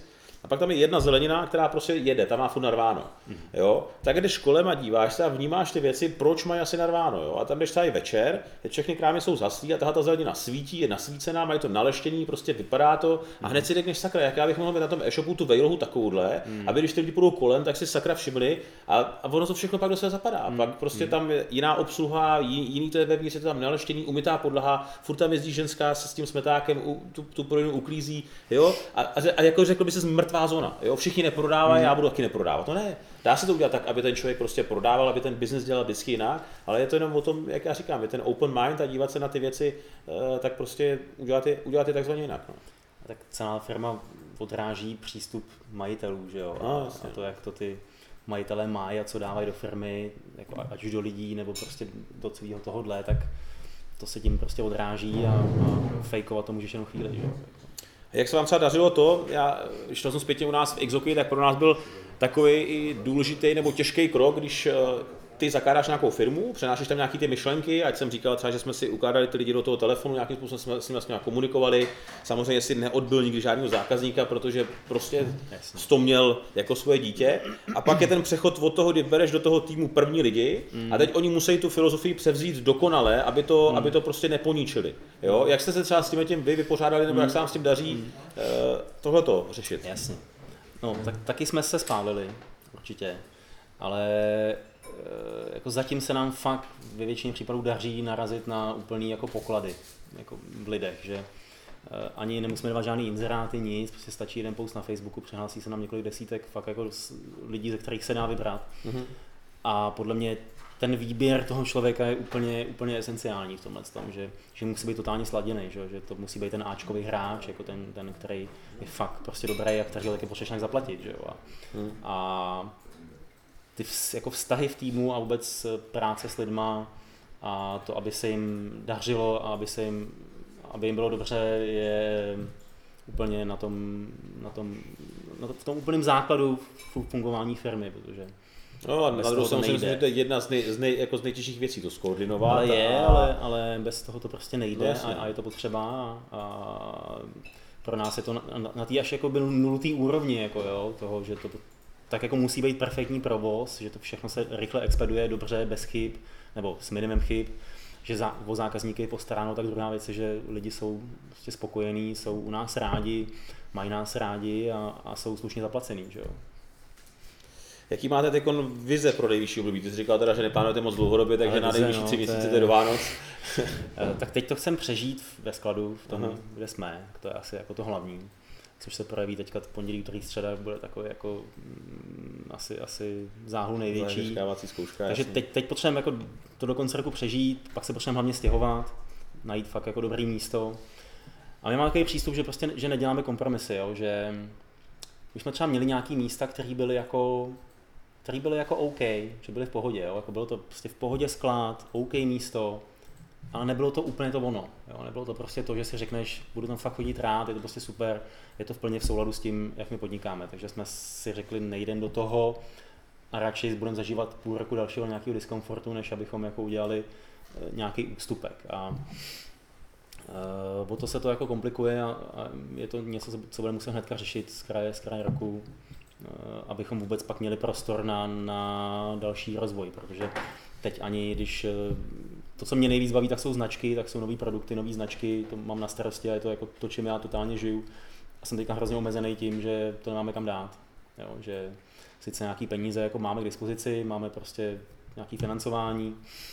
A pak tam je jedna zelenina, která prostě jede, tam má furt narváno. Jo? Tak jdeš kolem a díváš se a vnímáš ty věci, proč mají asi narváno. Jo? A tam jdeš třeba i večer, všechny krámy jsou zaslí a tahle ta zelenina svítí, je nasvícená, mají to naleštění, prostě vypadá to a hned si řekneš sakra, jak já bych mohl mít na tom e-shopu tu vejlohu takovouhle, hmm. aby když ty lidi půjdou kolem, tak si sakra všimli a, a ono to všechno pak do sebe zapadá. Hmm. Pak prostě hmm. tam je jiná obsluha, jiný to je vevnitř, je to tam naleštění, umytá podlaha, furt tam jezdí ženská se s tím smetákem, u, tu, tu prodejnu uklízí, jo? A, a, a jako řekl by se mrtvá zóna, jo? Všichni neprodávají, hmm. já budu taky neprodávat. To ne. Dá se to udělat tak, aby ten člověk prostě prodával, aby ten biznes dělal vždycky jinak, ale je to jenom o tom, jak já říkám, je ten open mind a dívat se na ty věci, tak prostě udělat je, udělat je takzvaně jinak. No. Tak celá firma odráží přístup majitelů, že jo? No, a to, jak to ty majitelé mají a co dávají do firmy, jako ať už do lidí nebo prostě do celého tohohle, tak to se tím prostě odráží a, a fejkovat to můžeš jenom chvíli, že jo? Jak se vám třeba dařilo to, já, když to jsem zpětně u nás v Exoky, tak pro nás byl takový i důležitý nebo těžký krok, když ty zakládáš nějakou firmu, přenášíš tam nějaký ty myšlenky, ať jsem říkal třeba, že jsme si ukládali ty lidi do toho telefonu, nějakým způsobem jsme s nimi vlastně komunikovali. Samozřejmě si neodbyl nikdy žádného zákazníka, protože prostě jsi to měl jako svoje dítě. A pak je ten přechod od toho, kdy bereš do toho týmu první lidi mm. a teď oni musí tu filozofii převzít dokonale, aby to, mm. aby to prostě neponíčili. Jo? Jak jste se třeba s tím tím vy vypořádali, nebo mm. jak se vám s tím daří mm. uh, tohleto řešit? Jasně. No, tak, taky jsme se spálili, určitě, ale jako zatím se nám fakt ve většině případů daří narazit na úplný jako poklady jako v lidech, že ani nemusíme dávat žádný inzeráty, nic, prostě stačí jeden post na Facebooku, přihlásí se nám několik desítek fakt jako lidí, ze kterých se dá vybrat. Mm-hmm. A podle mě ten výběr toho člověka je úplně, úplně esenciální v tomhle tom, že, že musí být totálně sladěný, že, že to musí být ten áčkový hráč, jako ten, ten, který je fakt prostě dobrý a který taky potřebuješ nějak zaplatit, že jo. A, mm. a ty jako vztahy v týmu a vůbec práce s lidma a to, aby se jim dařilo a aby, se jim, aby jim bylo dobře, je úplně na tom, na tom, na to, v tom úplném základu fungování firmy, protože no a na druhou stranu si myslím, že to je jedna z, nej, z, nej, jako z nejtěžších věcí, to skoordinovat. Ale je, a... ale, ale bez toho to prostě nejde no, a, a je to potřeba a, a pro nás je to na, na, na té až jako byl nultý úrovni, jako jo, toho, že to tak jako musí být perfektní provoz, že to všechno se rychle expeduje, dobře, bez chyb, nebo s minimem chyb, že za, o zákazníky je postaráno, tak druhá věc je, že lidi jsou prostě spokojení, jsou u nás rádi, mají nás rádi a, a jsou slušně zaplacený, že jo. Jaký máte teď vize pro nejvyšší období? Ty jsi říkal teda, že neplánujete moc dlouhodobě, takže na nejvyšší tři měsíce je do Vánoc. Tak teď to chcem přežít ve skladu, v tom, uh-huh. kde jsme, to je asi jako to hlavní. Což se projeví teďka pondělí, úterý, středa, bude takový jako mm, asi, asi záhul největší. Zkouška, takže teď, teď potřebujeme jako to do konce roku přežít, pak se potřebujeme hlavně stěhovat, najít fakt jako dobrý místo. A my máme takový přístup, že prostě že neděláme kompromisy, jo? Že už jsme třeba měli nějaký místa, které byly jako které byly jako OK, že byly v pohodě, jo? Jako bylo to prostě v pohodě sklad, OK místo, ale nebylo to úplně to ono, jo? Nebylo to prostě to, že si řekneš, budu tam fakt chodit rád, je to prostě super, je to plně v souladu s tím, jak my podnikáme, takže jsme si řekli, nejdem do toho a radši budeme zažívat půl roku dalšího nějakého diskomfortu, než abychom jako udělali nějaký ústupek. A uh, o to se to jako komplikuje a, a je to něco, co budeme muset hnedka řešit z kraje, z kraje roku, uh, abychom vůbec pak měli prostor na, na další rozvoj, protože teď ani když to, co mě nejvíc baví, tak jsou značky, tak jsou nový produkty, nový značky, to mám na starosti a je to jako to, čím já totálně žiju. A jsem teďka hrozně omezený tím, že to nemáme kam dát. Jo, že sice nějaký peníze jako máme k dispozici, máme prostě nějaké financování,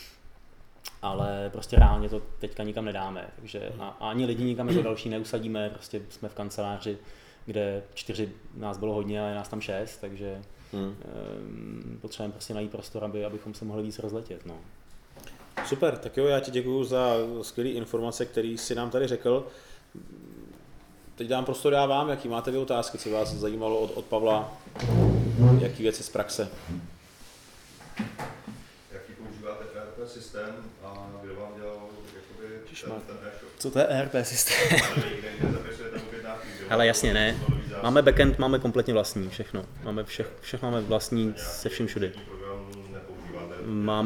ale prostě reálně to teďka nikam nedáme. Takže a, a ani lidi nikam jako další neusadíme, prostě jsme v kanceláři, kde čtyři nás bylo hodně a je nás tam šest, takže hmm. um, potřebujeme prostě najít prostor, aby, abychom se mohli víc rozletět. No. Super, tak jo, já ti děkuju za skvělé informace, které jsi nám tady řekl. Teď dám prostor já vám, jaký máte vy otázky, co vás zajímalo od, od Pavla, jaký věci z praxe. Jaký používáte E R P systém a kdo vám dělal jakoby, ten, ten e-shop? Co to je E R P systém? Ale jasně ne, máme backend, máme kompletně vlastní, všechno, máme vše, všechno máme vlastní se vším všudy.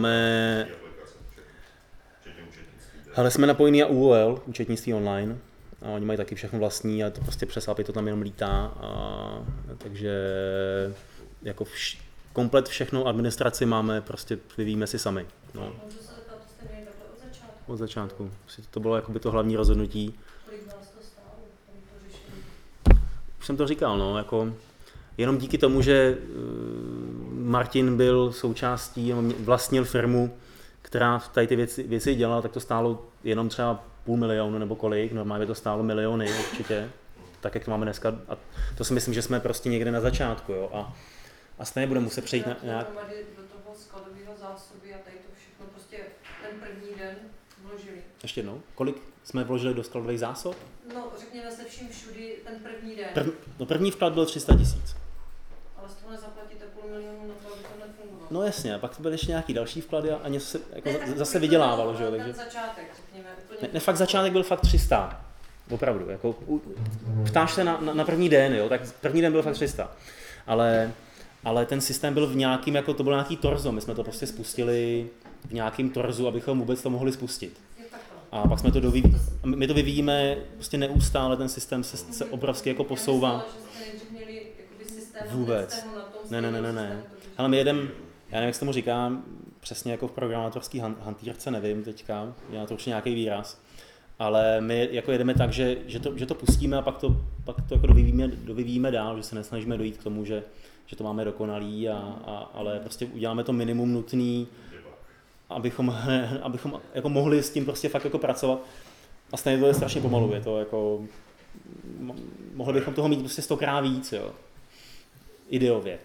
Máme, ale jsme napojení na U O L, účetnictví online, A oni mají taky všechno vlastní a to prostě přes á pé í to tam jenom lítá. A, takže jako vš, komplet všechno administraci máme, prostě vyvíjíme si sami. No. No, to se to jste měli takhle od začátku. Od začátku. To bylo jakoby to hlavní rozhodnutí. Kolik vás to stálo, kolik to řešili? Už jsem to říkal, no, jako jenom díky tomu, že Martin byl součástí, vlastnil firmu, která tady ty věci, věci dělala, tak to stálo jenom třeba půl milionu nebo kolik, normálně to stálo miliony určitě, tak jak to máme dneska. A to si myslím, že jsme prostě někde na začátku, jo. A, a stejně budeme muset přejít na nějak... Do toho skladového zásoby a tady to všechno, prostě ten první den vložili. Ještě jednou, kolik jsme vložili do skladových zásob? No, řekněme se vším všudy ten první den. Prv, no první vklad byl tři sta tisíc. Ale z toho nezaplatíte půl milionu, na to, aby to nefungovalo. No jasně, a pak to byly ještě nějaký další vklady a něco se jako Ne, tak zase to vydělávalo, byl že jo, ten takže... začátek, řekněme, úplně. Ne, ne, fakt začátek byl fakt tři sta. Opravdu, jako u, ptáš se na, na, na první den, jo, tak první den byl fakt tři sta. Ale, ale ten systém byl v nějakým, jako to byl nějaký torzo, my jsme to prostě spustili v nějakým torzu, abychom vůbec to mohli spustit. Je takhle. A pak jsme to doví, my to vyvíjíme prostě neustále, ten systém se, se obrovsky jako posouvá. Já myslela, že jste nejdřív měli jakoby systém Vůbec. systému na tom Ne, ne, ne, ne, ne. Ale my jedem, já nevím, jak se tomu říká, přesně jako v programátorský hantýrce, nevím teďka, já to určitě nějaký výraz. Ale my jako jedeme tak, že, že, to, že to pustíme a pak to, pak to jako dovyvíjíme, dovyvíjíme dál, že se nesnažíme dojít k tomu, že, že to máme dokonalý, a, a, ale prostě uděláme to minimum nutný, abychom, abychom jako mohli s tím prostě fakt jako pracovat. A stejně to je strašně pomalu, je to jako, mohli bychom toho mít prostě stokrát víc, jo. Ideově.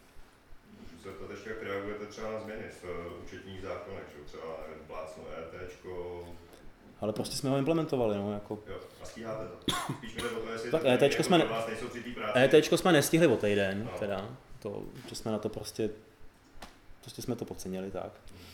Se to teď jak reagujete třeba na změny v účetních zákonech, že třeba plácnu ETčko. Ale prostě jsme ho implementovali, no, jako. Jo, a stíháte to. Spíš mi jde o to, jestli Tak to ETčko jako jsme ne- vás nejsou při té práci. ETčko jsme nestihli o týden, No. teda, to, že jsme na to prostě, prostě jsme to podcenili, tak.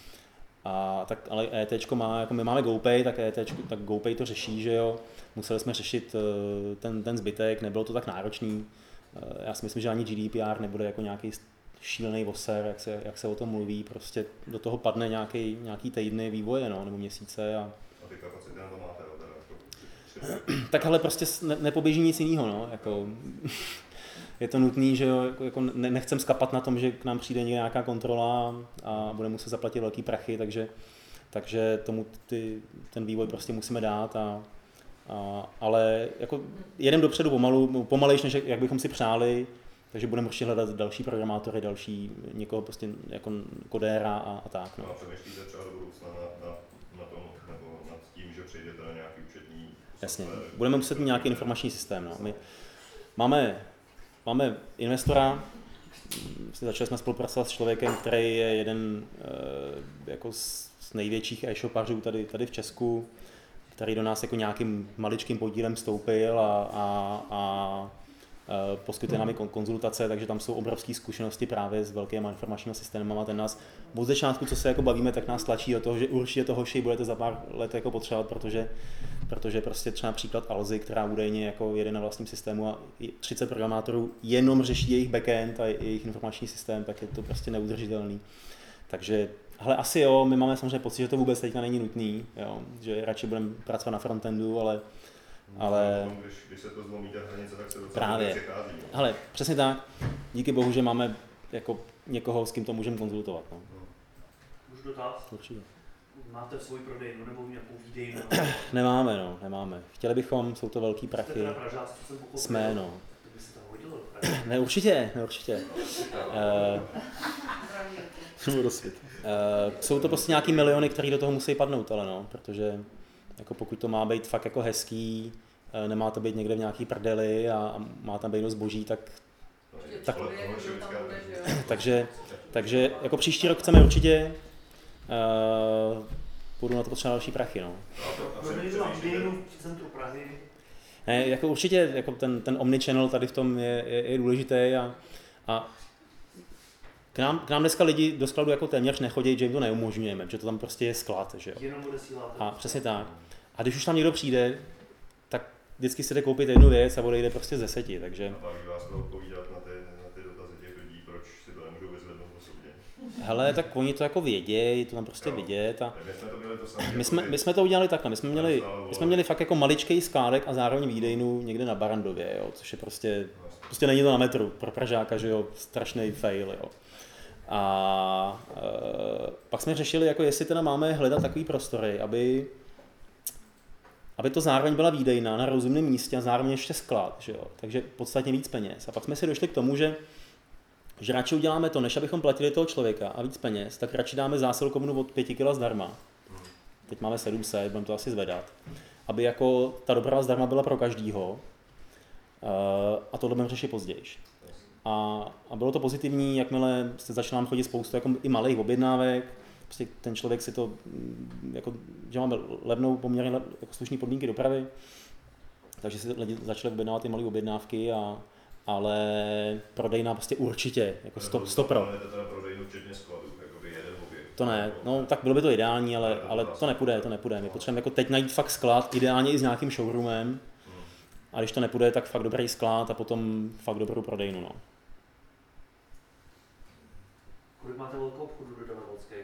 A tak, ale ETčko má, jako my máme GoPay, tak ETčko, tak GoPay to řeší, že jo. Museli jsme řešit eh, ten, ten zbytek, nebylo to tak náročný. Eh, Já si myslím, že ani G D P R nebude jako nějaký šílený voser, jak se, jak se o tom mluví, prostě do toho padne nějaký, nějaký týdny vývoje, no, nebo měsíce. A... A ty kapacity na to máte, jo, teda, jako, tak ale prostě ne, nepoběží nic jiného, no, jako... Je to nutný, že jo, jako, jako ne, nechcem skapat na tom, že k nám přijde nějaká kontrola a budeme muset zaplatit velký prachy, takže, takže tomu ty, ten vývoj prostě musíme dát. A, a, ale jako jedem dopředu pomalu, pomalejš, než jak bychom si přáli, takže budeme určitě hledat další programátory, další někoho prostě jako kodéra a, a tak. no. No. A přemýšlíte třeba do budoucna na, na, na tom, nebo nad tím, že přejdete na nějaký účetní Jasně, software? budeme muset mít nějaký informační systém. No. My máme Máme investora, začali jsme spolupracovat s člověkem, který je jeden jako z největších e-shopařů tady, tady v Česku, který do nás jako nějakým maličkým podílem vstoupil a, a, a poskytuje nám konzultace, takže tam jsou obrovské zkušenosti právě s velkými informačními systémy a ten nás od začátku, co se jako bavíme, tak nás tlačí do toho, že určitě to hoši budete za pár let jako potřebovat, protože, protože prostě třeba příklad Alzy, která údajně jako jede na vlastním systému a třicet programátorů jenom řeší jejich backend a jejich informační systém, tak je to prostě neudržitelný. Takže hele, asi jo, my máme samozřejmě pocit, že to vůbec teďka není nutný, jo, že radši budeme pracovat na frontendu, ale ale no, když, když se to zlomí ta hranice, tak se docela právě. přichází. No. Hele, přesně tak. Díky bohu, že máme jako někoho, s kým to můžeme konzultovat. No. Můžu dotaz? Určitě. Máte svoji prodejnu nebo nějakou výdejnu? Nemáme, no, nemáme. Chtěli bychom, jsou to velký Jste prachy. teda Pražáci, co jsem pochopil. Jsme, no. To by se tam hodilo do Prahy. Ne, určitě, ne, určitě. Uh, uh, jsou to prostě nějaký miliony, které do toho musí padnout, ale no, protože jako pokud to má být fakt jako hezký, nemá to být někde v nějaký prdeli a má tam být zboží, tak, tak takže, takže jako příští rok chceme určitě, uh, budu na to potřebovat další prachy, no. Prodejnu mám výdejnu v centru Prahy. Ne, jako určitě jako ten, ten omnichannel tady v tom je, je, je důležitý a, a k nám, k nám dneska lidi do skladu jako téměř nechodí, že jim to neumožňujeme, že to tam prostě je sklad, že jo. Jenom odesíláte. A přesně tak. A když už tam někdo přijde, tak vždycky si jde koupit jednu věc a odejde prostě ze deseti, takže... A baví vás to odpovídat na ty, na ty dotazy těch lidí, proč si to nemůžou vyzvednout osobně? Hele, tak oni to jako vědějí, to tam prostě Jo. vidět a My jsme to měli to samé. my jsme, my jsme to udělali takhle, my jsme měli, my jsme měli fakt jako maličkej skládek a zároveň výdejnu někde na Barandově, jo, což je prostě, prostě není to na metru, pro Pražáka, že jo, strašný fail, jo. A e, pak jsme řešili, jako jestli teda máme hledat takový prostory, aby, aby to zároveň byla výdejna na rozumném místě a zároveň ještě sklad, že jo, takže podstatně víc peněz. A pak jsme si došli k tomu, že že radši uděláme to, než abychom platili toho člověka a víc peněz, tak radši dáme zásilkovnu od pěti kila zdarma. Teď máme sedm set, budeme to asi zvedat. Aby jako ta doprava zdarma byla pro každýho. A tohle budeme řešit později. A, a bylo to pozitivní, jakmile se začala chodit spoustu jako i malých objednávek. Prostě ten člověk si to, jako, že máme levnou, poměrně lev, jako slušné podmínky dopravy. Takže si lidi začali objednávat ty malé objednávky a ale prodejná prostě určitě, jako sto, sto pro. Ale to teda prodejnu včetně skladu, jakoby jeden objekt. To ne, no tak bylo by to ideální, ale, ale to nepůjde, to nepůjde. My potřebujeme jako teď najít fakt sklad, ideálně i s nějakým showroomem. A když to nepůjde, tak fakt dobrý sklad a potom fakt dobrou prodejnu, no. Kolik máte velkou obchodu dodavatelských?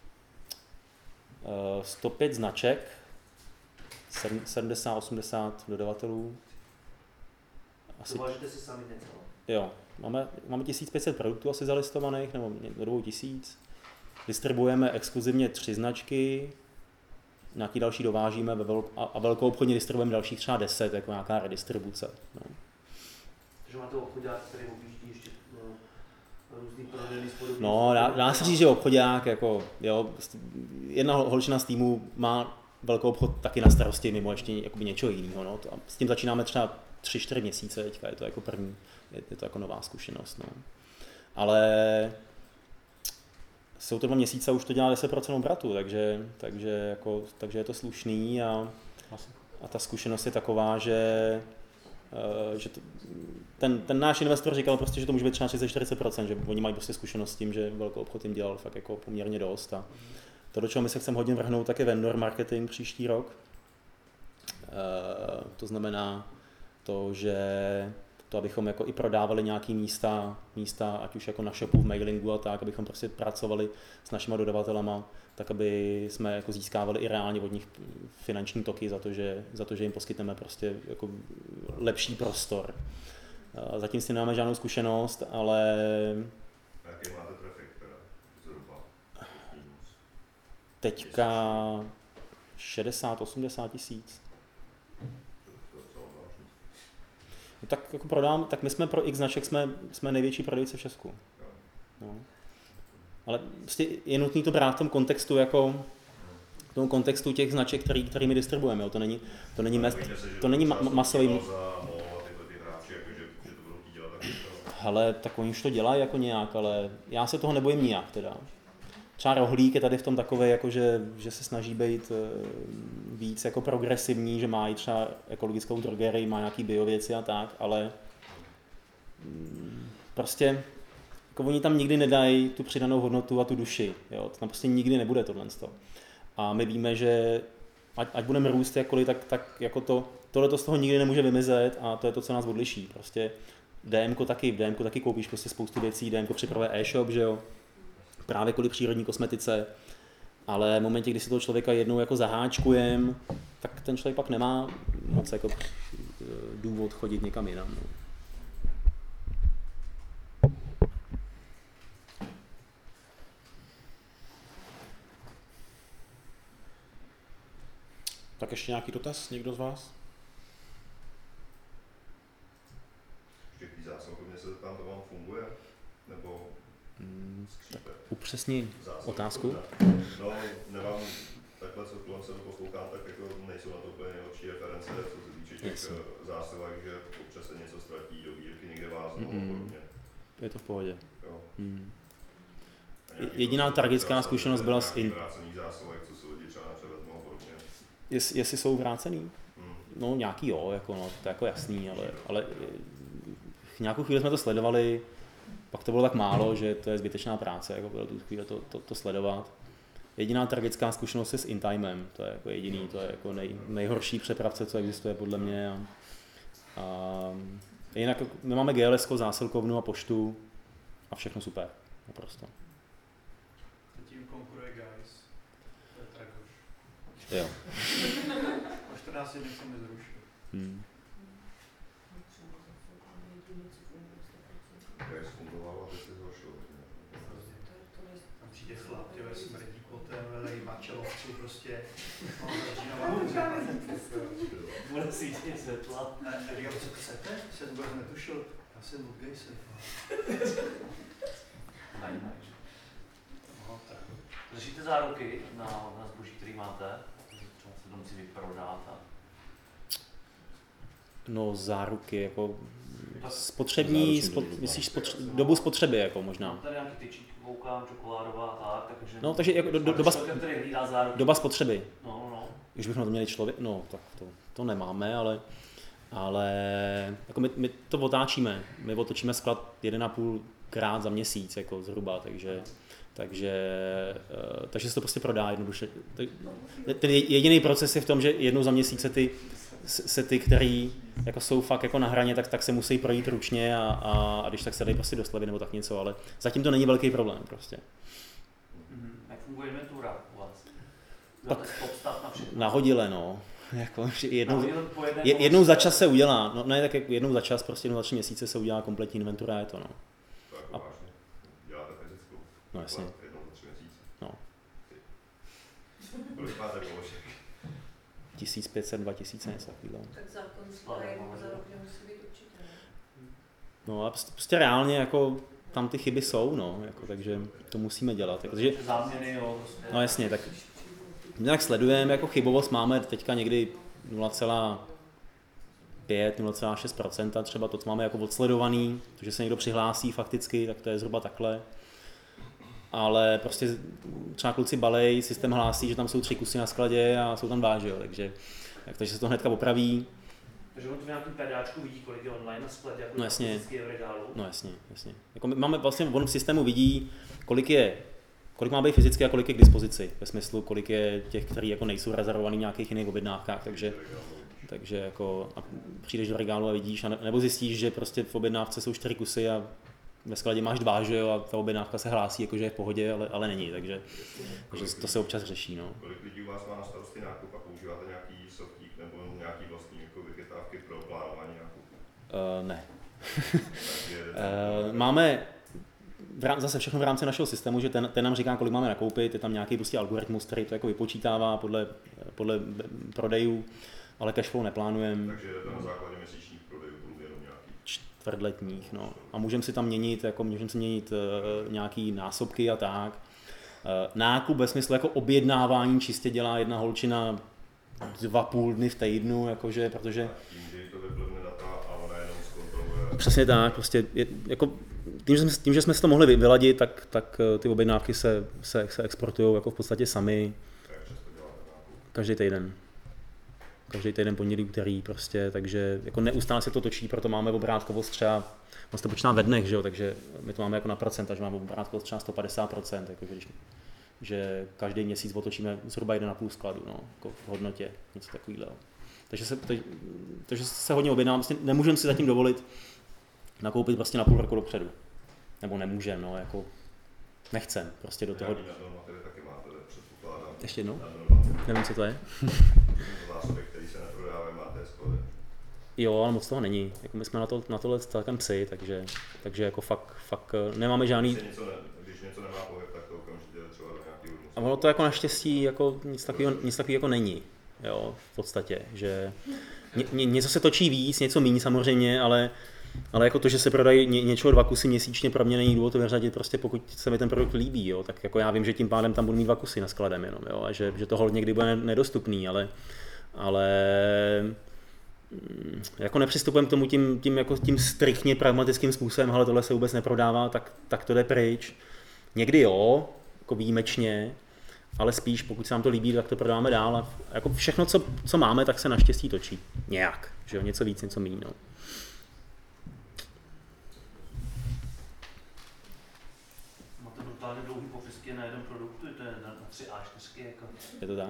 Uh, sto pět značek, sedmdesát osmdesát dodavatelů. Asi... Dovážíte si sami něco? Jo, máme, máme tisíc pět set produktů asi zalistovaných, nebo do dvou tisíc. Distribuujeme exkluzivně tři značky, nějaký další dovážíme ve velk- a, a velkou obchodně distribuujeme dalších třeba deset, jako nějaká redistribuce. No. Takže máte obchodák, který objíždí ještě no, různý prodejný spodobný. No, dá, dá se říct, že obchodák, jako, jo, jedna holčina z týmu má velkou obchod taky na starosti, mimo ještě jakoby něčeho jiného. No. A s tím začínáme třeba tři čtyři měsíce, teďka je to jako první, je, je to jako nová zkušenost. No. Ale jsou to dva měsíce a už to dělá deset procent obratu, takže, takže, jako, takže je to slušný a, a ta zkušenost je taková, že, že to, ten, ten náš investor říkal prostě, že to může být třeba třicet až čtyřicet procent, že oni mají prostě zkušenost s tím, že velkou obchod jim dělal fakt jako poměrně dost. A to, do čeho my se chceme hodně vrhnout, tak je vendor marketing příští rok. E, to znamená to, že to, abychom jako i prodávali nějaký místa, místa, ať už jako na shopu, v mailingu a tak, abychom prostě pracovali s našimi dodavatelama, tak aby jsme jako získávali i reálně od nich finanční toky za to, že, za to, že jim poskytneme prostě jako lepší prostor. Zatím si nemáme žádnou zkušenost, ale... Jaký máte trafik teda? Zhruba? Teďka šedesát osmdesát tisíc. No tak jako prodám, tak my jsme pro X značek jsme, jsme největší prodejce v Česku. No. Ale prostě je nutné to brát v tom kontextu jako v tom kontextu těch značek, který, kterými distribuujeme. Jo. To není, to není, mes, to není ma, masový. Hele, tak oni už to dělají jako nějak, ale já se toho nebojím nijak teda. Třeba Rohlík je tady v tom takový, jako že, že se snaží být víc jako progresivní, že má i třeba ekologickou drogerii, má nějaký biověci a tak, ale prostě jako oni tam nikdy nedají tu přidanou hodnotu a tu duši. Jo? To tam prostě nikdy nebude tohle. A my víme, že ať, ať budeme růst jakkoliv, tak, tak jako to, tohle z toho nikdy nemůže vymizet a to je to, co nás odliší. Prostě DMko taky, v DMku taky koupíš prostě spoustu věcí, DMko připravuje e-shop, že jo? Právě kvůli přírodní kosmetice, ale v momentě, kdy si toho člověka jednou jako zaháčkujem, tak ten člověk pak nemá moc jako důvod chodit někam jinam. No. Tak ještě nějaký dotaz, někdo z vás? Ještě k té zásilkovně se zeptám, to vám funguje? Nebo skřípe? Upřesni otázku. No, nemám takhle, co tu se poslouchám, tak jako nejsou na to úplně nejlepší reference, co se týče těch yes. zásilek, že občas se něco ztratí do výrky, někde váznou mm. a podobně. Je to v pohodě. Jo. Mm. Jediná tragická zkušenost byla s in... zásilek, co se lidi třeba nepřevezmou a podobně. Jest, jestli jsou vrácený? Mm. No nějaký jo, jako no, to je jako jasný, ale, ale nějakou chvíli jsme to sledovali, pak to bylo tak málo, že to je zbytečná práce, jako bylo tu chvíli to, to, to sledovat. Jediná tragická zkušenost je s InTimem, to je jako jediný, to je jako nej, nejhorší přepravce, co existuje podle mě. A, a jinak my máme G L S ko, zásilkovnu a poštu a všechno super, naprosto. Jo. Po čtrnácti dnech jsem mi zrušil. Hmm. Jak jsi fungoval, aby si zhoršil? Tam přijde chlap, těle smrdí poté, velej mačelovci, prostě. Bude svítě světla. A říkám, co chcete? Jsem vůbec netušil. Já jsem od gejsy. No, tak. Držíte záruky na, na zboží, který máte? Třeba se to musí vyprodat a... No záruky, jako spotřební, spot, myslíš spotře, dobu spotřeby, jako možná. Mám tady nějaký tyčík, koukám, čokoládová a tak, takže... No, takže jako do, do, doba, člověk, který hlídá záruky. doba spotřeby. No, no. Když bychom to měli člověk, no tak to, to nemáme, ale, ale jako my, my to otáčíme. My otočíme sklad jeden a půl krát za měsíc, jako zhruba, takže... Takže, uh, takže se to prostě prodá jednoduše. Ten jediný proces je v tom, že jednou za měsíc se ty, se ty který jako jsou fakt jako na hraně, tak, tak se musí projít ručně a, a, a když tak se dají prostě do slevy nebo tak něco, ale zatím to není velký problém prostě. Mm-hmm. Jak funguje inventura u vás? Tak na, na hodile, no. Jako, jednou, jedné je, jednou za čas se udělá, no ne tak jako jednou za čas, prostě jednou za tři měsíce se udělá kompletní inventura a je to, no. A děláte fyzickou? No jasně. Jednou za tři měsíce? No. Kolik máte položek? tisíc pět set, dva tisíce, něco takového. Tak zákon říká jednou za rok, že musí být určitě, ne? No a prostě, prostě reálně jako tam ty chyby jsou, no, jako, takže to musíme dělat. Jako, takže, záměny, jo, prostě. No jasně, tak nějak sledujeme, jako chybovost máme teďka někdy nula celá pět, nula celá šest procenta, třeba to, co máme jako odsledovaný, protože se někdo přihlásí fakticky, tak to je zhruba takhle. Ale prostě třeba kluci balej, systém hlásí, že tam jsou tři kusy na skladě a jsou tam dva, že jo, takže, takže se to hnedka opraví. Takže on to v nějakém pedáčku vidí, kolik je online na skladě, jako no jasně. v regálu. No jasně, jasně. Jako my máme vlastně, on v systému vidí, kolik je, kolik má být fyzicky a kolik je k dispozici, ve smyslu, kolik je těch, kteří jako nejsou rezervovaný v nějakých jiných objednávkách, takže, takže jako a přijdeš do regálu a vidíš, a ne, nebo zjistíš, že prostě v objednávce jsou čtyři kusy a ve skladě máš dva, že jo, a ta objednávka se hlásí, jakože je v pohodě, ale, ale není, takže, takže to se občas řeší, no. Kolik lidí u vás má na starosti nákup a používáte nějaký softík nebo nějaký vlastní jako vychytávky pro plánování nákupu? Uh, ne. uh, máme v rám, zase všechno v rámci našeho systému, že ten, ten nám říká, kolik máme nakoupit, je tam nějaký prostě algoritmus, který to jako vypočítává podle, podle prodejů, ale cashflow neplánujeme. Takže je to na základě měsíčních prodejů průměru nějaký? Čtvrtletních, no. A můžeme si tam měnit, jako můžeme si měnit uh, nějaký násobky a tak. Uh, nákup ve smyslu jako objednávání čistě dělá jedna holčina dva půl dny v týdnu, jakože, protože... Tím, že jí to vyplivne data a ona jenom zkontroluje... Přesně tak, prostě je, jako tím, že jsme, tím, že jsme si to mohli vyladit, tak, tak ty objednávky se, se, se exportují jako v podstatě sami. Každý týden. Každý týden pondělí, úterý prostě, takže jako neustále se to točí, proto máme obrátkovost třeba, vlastně to počítám ve dnech, že jo, takže my to máme jako na procenta, že máme obrátkovost třeba sto padesát procent, jako když, že každý měsíc otočíme zhruba jeden a půl skladu, no, jako v hodnotě, něco takového. Takže se, teď, takže se hodně objednávám, vlastně nemůžeme si zatím dovolit nakoupit prostě na půl roku dopředu. Nebo nemůžeme, no, jako nechcem prostě do toho. Taky máte, předpokládám. Ještě jednou? Nevím, co to je. Zásoby, které se neprodávají, máte sklady. Jo, ale moc toho není. Jako my jsme na, to, na tohle celkem psi, takže, takže jako fakt, fakt nemáme žádný... Když něco, ne, když něco nemá pohyb, tak to okamžitě třeba do nějakého A ono to jako naštěstí jako nic takového, nic takového jako není. Jo, v podstatě, že ně, ně, něco se točí víc, něco méně samozřejmě, ale, ale jako to, že se prodají ně, něčeho dva kusy měsíčně, pro mě není důvod to vyřadit, prostě pokud se mi ten produkt líbí, jo, tak jako já vím, že tím pádem tam budu mít dva kusy na skladem jenom, jo, a že, že to hol někdy bude nedostupný, ale, ale jako nepřistupujeme k tomu tím, tím, jako tím striktně pragmatickým způsobem, ale tohle se vůbec neprodává, tak, tak to jde pryč. Někdy jo, jako výjimečně, ale spíš, pokud se nám to líbí, tak to prodáme dál. A jako všechno, co, co máme, tak se naštěstí točí. Nějak. Že jo? Něco víc, něco méně. No. Máte brutálně dlouhý popisky na jeden produktu, to je na, na tři á čtyři. Jako. Je to tak?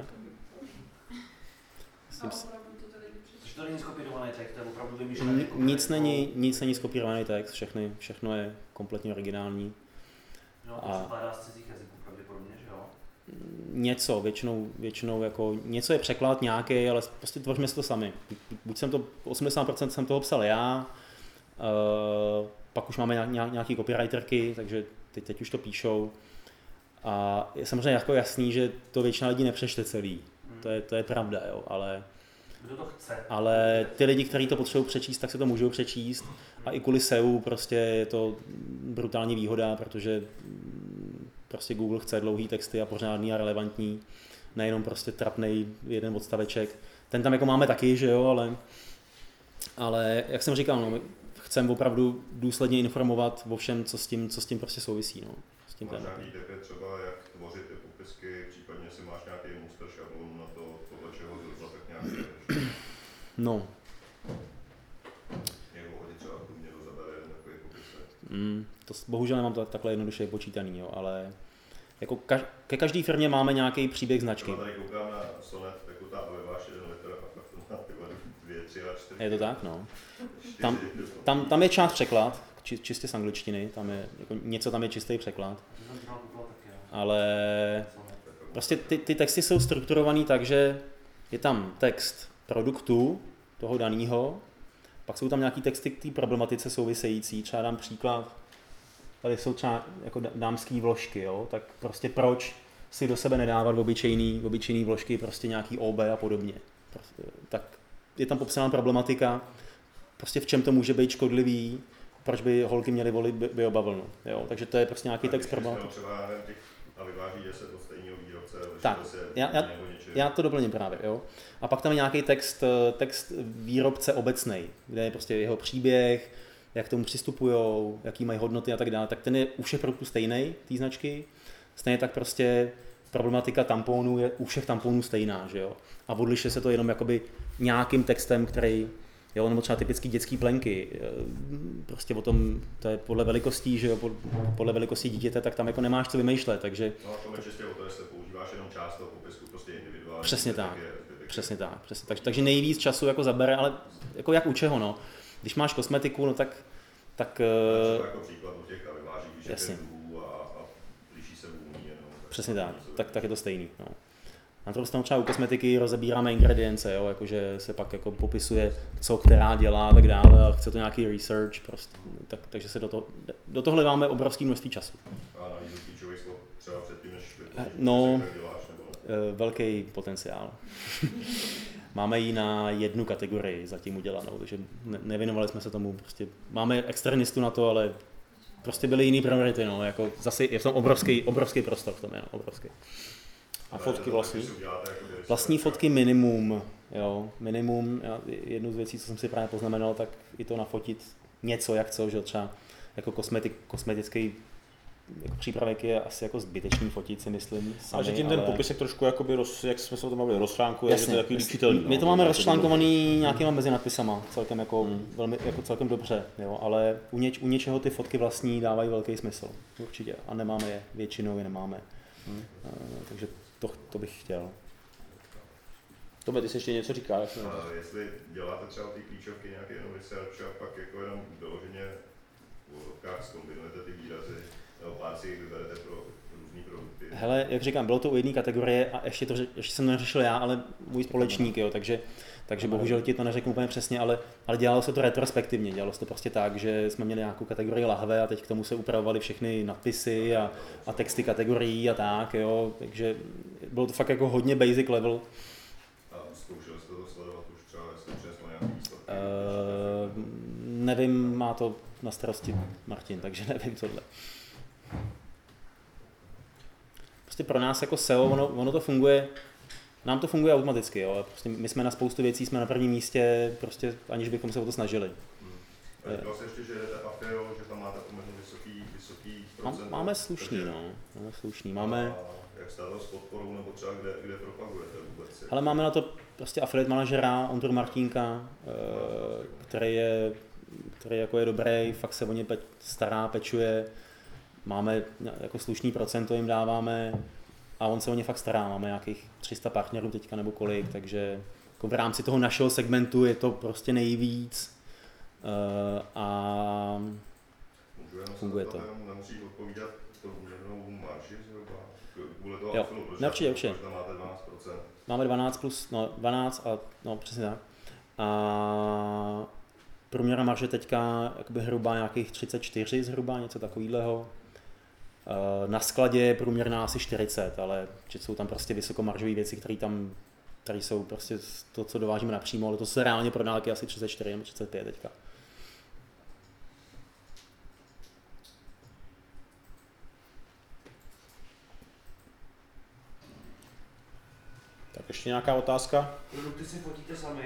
A opravdu to tady Takže to není skopírovaný text, to je opravdu vymyšlený. N- nic, není, nic není skopírovaný text, všechny, všechno je kompletně originální. No, to A- překládá z cizích jazyků pravděpodobně, že jo? něco, většinou, většinou jako něco je překlad nějaký, ale prostě tvoříme si to sami. Buď jsem to, osmdesát procent jsem toho psal já, uh, pak už máme nějaký copywriterky, takže teď, teď už to píšou. A je samozřejmě jako jasný, že to většina lidí nepřečte celý. Hmm. To je, to je pravda, jo, ale... Kdo to chce? Ale ty lidi, kteří to potřebují přečíst, tak se to můžou přečíst. A i kvůli S E O prostě je to brutální výhoda, protože prostě Google chce dlouhý texty a pořádný a relevantní. Nejenom prostě trapnej jeden odstaveček. Ten tam jako máme taky, že jo, ale... Ale jak jsem říkal, no, chcem opravdu důsledně informovat o všem, co s tím, co s tím prostě souvisí, no. Máš nějaký tip třeba, jak tvořit ty popisky, případně jestli máš nějaký muster šablon na to, podle čeho zhruba tak nějak No. Jak hodit třeba průměru zabere jeden takový popisek? Mm, to bohužel nemám to takhle jednoduše počítaný, jo, ale jako kaž, ke každé firmě máme nějaký příběh značky. Já tady koukám na Sonet, jako ta vyváš jeden litr a pak to má tyhle dvě, tři a čtyři. Je to tak, no. Tam, tam, tam je část překlad, či, čistě z angličtiny, tam je, jako něco tam je čistý překlad. Ale prostě ty, ty texty jsou strukturovaný tak, že je tam text produktu, toho daného, pak jsou tam nějaký texty k té problematice související, třeba dám příklad, tady jsou třeba jako dámský vložky, jo? Tak prostě proč si do sebe nedávat obyčejný, obyčejný vložky, prostě nějaký O B a podobně. Prostě, tak je tam popsaná problematika, prostě v čem to může být škodlivý, proč by holky měly volit biobavlnu, jo? Takže to je prostě nějaký text problematiky. A vyváží deset od stejného výrobce, tak, já, já, já to doplním právě, jo. A pak tam je nějaký text, text výrobce obecnej, kde je prostě jeho příběh, jak k tomu přistupujou, jaký mají hodnoty a tak dále, tak ten je u všech produktů stejný, té značky. Stejně tak prostě problematika tamponů je u všech tamponů stejná, že jo. A odlišuje se to jenom jakoby nějakým textem, který, jo, nebo třeba typický dětský plenky, prostě o tom, to je podle velikostí, že jo, podle velikosti dítěte, tak tam jako nemáš co vymýšlet, takže... No a to je čistě o to, jestli používáš jenom část toho popisku, prostě individuálně. Přesně tak, je, přesně tak, přesně tak, takže nejvíc času jako zabere, ale jako jak u čeho, no. Když máš kosmetiku, no tak... tak třeba jako příklad u těch a vyváží, když je druhů a, a liší se vůní jenom. Přesně tak, tak, tak je to stejný, no. Na druhou stranu třeba u kosmetiky rozebíráme ingredience, jo, jakože se pak jako popisuje, co která dělá a tak dále, a chce to nějaký research, prostě, tak, takže se do, toho, do tohle máme obrovský množství času. A analýzu klíčových slov třeba předtím, než no, děláš, nebo ne? Velký potenciál. Máme ji na jednu kategorii zatím udělanou, takže ne, nevěnovali jsme se tomu, prostě máme externistu na to, ale prostě byly jiný priority, no, jako zase je v tom obrovský, obrovský prostor v tom, je, obrovský. A fotky vlastní? Vlastní fotky minimum, jo, minimum, já, jednu z věcí, co jsem si právě poznamenal, tak i to nafotit něco, jak co, že třeba jako kosmetik, kosmetický jako přípravek je asi jako zbytečný fotit, si myslím. Sami, a že tím ale... ten popisek trošku, jakoby roz, jak jsme se o tom mluvili, rozčlánkuje, že to je takový líčitelný. My to máme rozčlánkovaný nějakýma mezinadpisama, celkem jako, hmm. velmi, jako celkem dobře, jo, ale u, něč, u něčeho ty fotky vlastní dávají velký smysl, určitě, a nemáme je, většinou je nemáme, hmm. uh, takže to, to bych chtěl. Tome, ty jsi ještě něco říkáš? A jestli děláte třeba ty klíčovky nějaký jenom research a pak jako jenom doloženě v odkách zkombinujete ty výrazy, nebo pár si jich vyberete pro různý produkty. Hele, jak říkám, bylo to u jedné kategorie a ještě, to, ještě jsem to neřešil já, ale můj společník, jo, takže, takže bohužel ti to neřeknu úplně přesně, ale, ale dělalo se to retrospektivně, dělalo se to prostě tak, že jsme měli nějakou kategorii lahve a teď k tomu se upravovaly všechny nadpisy a, a texty kategorií a tak, jo, takže bylo to fakt jako hodně basic level. A zkoušeli jste to sledovat už třeba, jestli přineslo nějaký výsledky? Uh, nevím, má to na starosti Martin, takže nevím tohle. Prostě pro nás jako S E O, ono, ono to funguje, nám to funguje automaticky, jo. Prostě my jsme na spoustu věcí, jsme na prvním místě, prostě aniž bychom se o to snažili. Hmm. A říkal jsi ještě, že jdete Afio, že tam máte poměrně vysoký, vysoký procent. Máme slušný, no. Máme slušný, máme... A jak stále s podporou, nebo třeba kde, kde propagujete vůbec? Ale máme na to prostě affiliate manažera, Ondru Martínka, který je, který jako je dobrý, fakt se o ně pe- stará, pečuje. Máme jako slušný procento jim dáváme a on se o ně fakt stará. Máme nějakých tři sta partnerů teďka nebo kolik, takže jako v rámci toho našeho segmentu je to prostě nejvíc a funguje to. Nemusíš odpovídat průměrnou marži zhruba? Kvůli toho Jo, Afilu, proč no, určitě, určitě. proč tam máte dvanáct procent? Máme dvanáct plus, no dvanáct a no přesně tak. A průměrná marže teďka jakoby hruba nějakých třicet čtyři zhruba, něco takového. Na skladě je průměrná asi čtyřicet, ale že jsou tam prostě vysokomaržové věci, které tam tady jsou prostě to, co dovážíme napřímo, ale to se reálně prodá taky asi třicet čtyři nebo třicet pět teďka. Tak ještě nějaká otázka? Produkty si fotíte sami?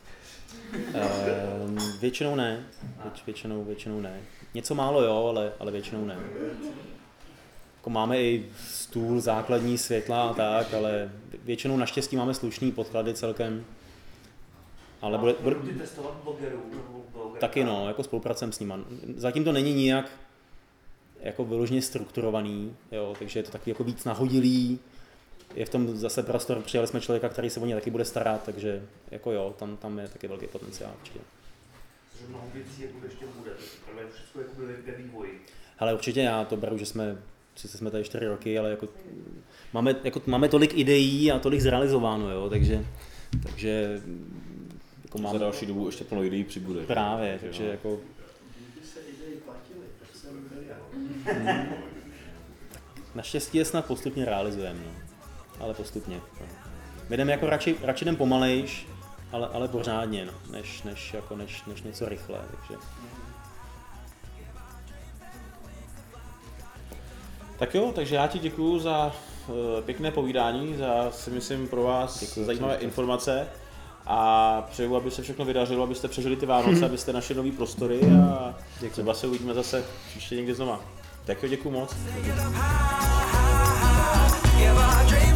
Uh, většinou ne, Věč, většinou, většinou ne. Něco málo jo, ale, ale většinou ne. Jako máme i stůl, základní světla a tak, ale většinou naštěstí máme slušný podklady celkem. Ale bude, bude, produkty testovat blogerů nebo blogerů? taky no, jako spolupracujeme s nima. Zatím to není nijak jako vyloženě strukturovaný, jo, takže je to takový jako víc nahodilý. Je v tom zase prostor, přijali jsme člověka, který se o ně taky bude starat, takže jako jo, tam, tam je taky velký potenciál určitě. Protože mnoho věcí jako ještě bude, to je všechno jako ve vývoji. Hele, určitě já to beru, že jsme, sice jsme tady čtyři roky, ale jako máme, jako máme tolik ideí a tolik zrealizováno, jo, takže, takže jako Za máme další dobu ještě plno ideí přibude. právě, takže jako naštěstí je snad postupně realizujeme, no. Ale postupně. No. My jdeme jako radši, radši jdem pomalejš, ale, ale pořádně, no. než, než, jako než, než něco rychle, takže. Tak jo, takže já ti děkuju za uh, pěkné povídání, za si myslím pro vás Děkuju, zajímavé děkuju. informace a přeju, aby se všechno vydařilo, abyste přežili ty Vánoce, abyste našli nový prostory a Děkuju. třeba se uvidíme zase příště někdy znova. Tak jo, děkuju moc. Give our dreams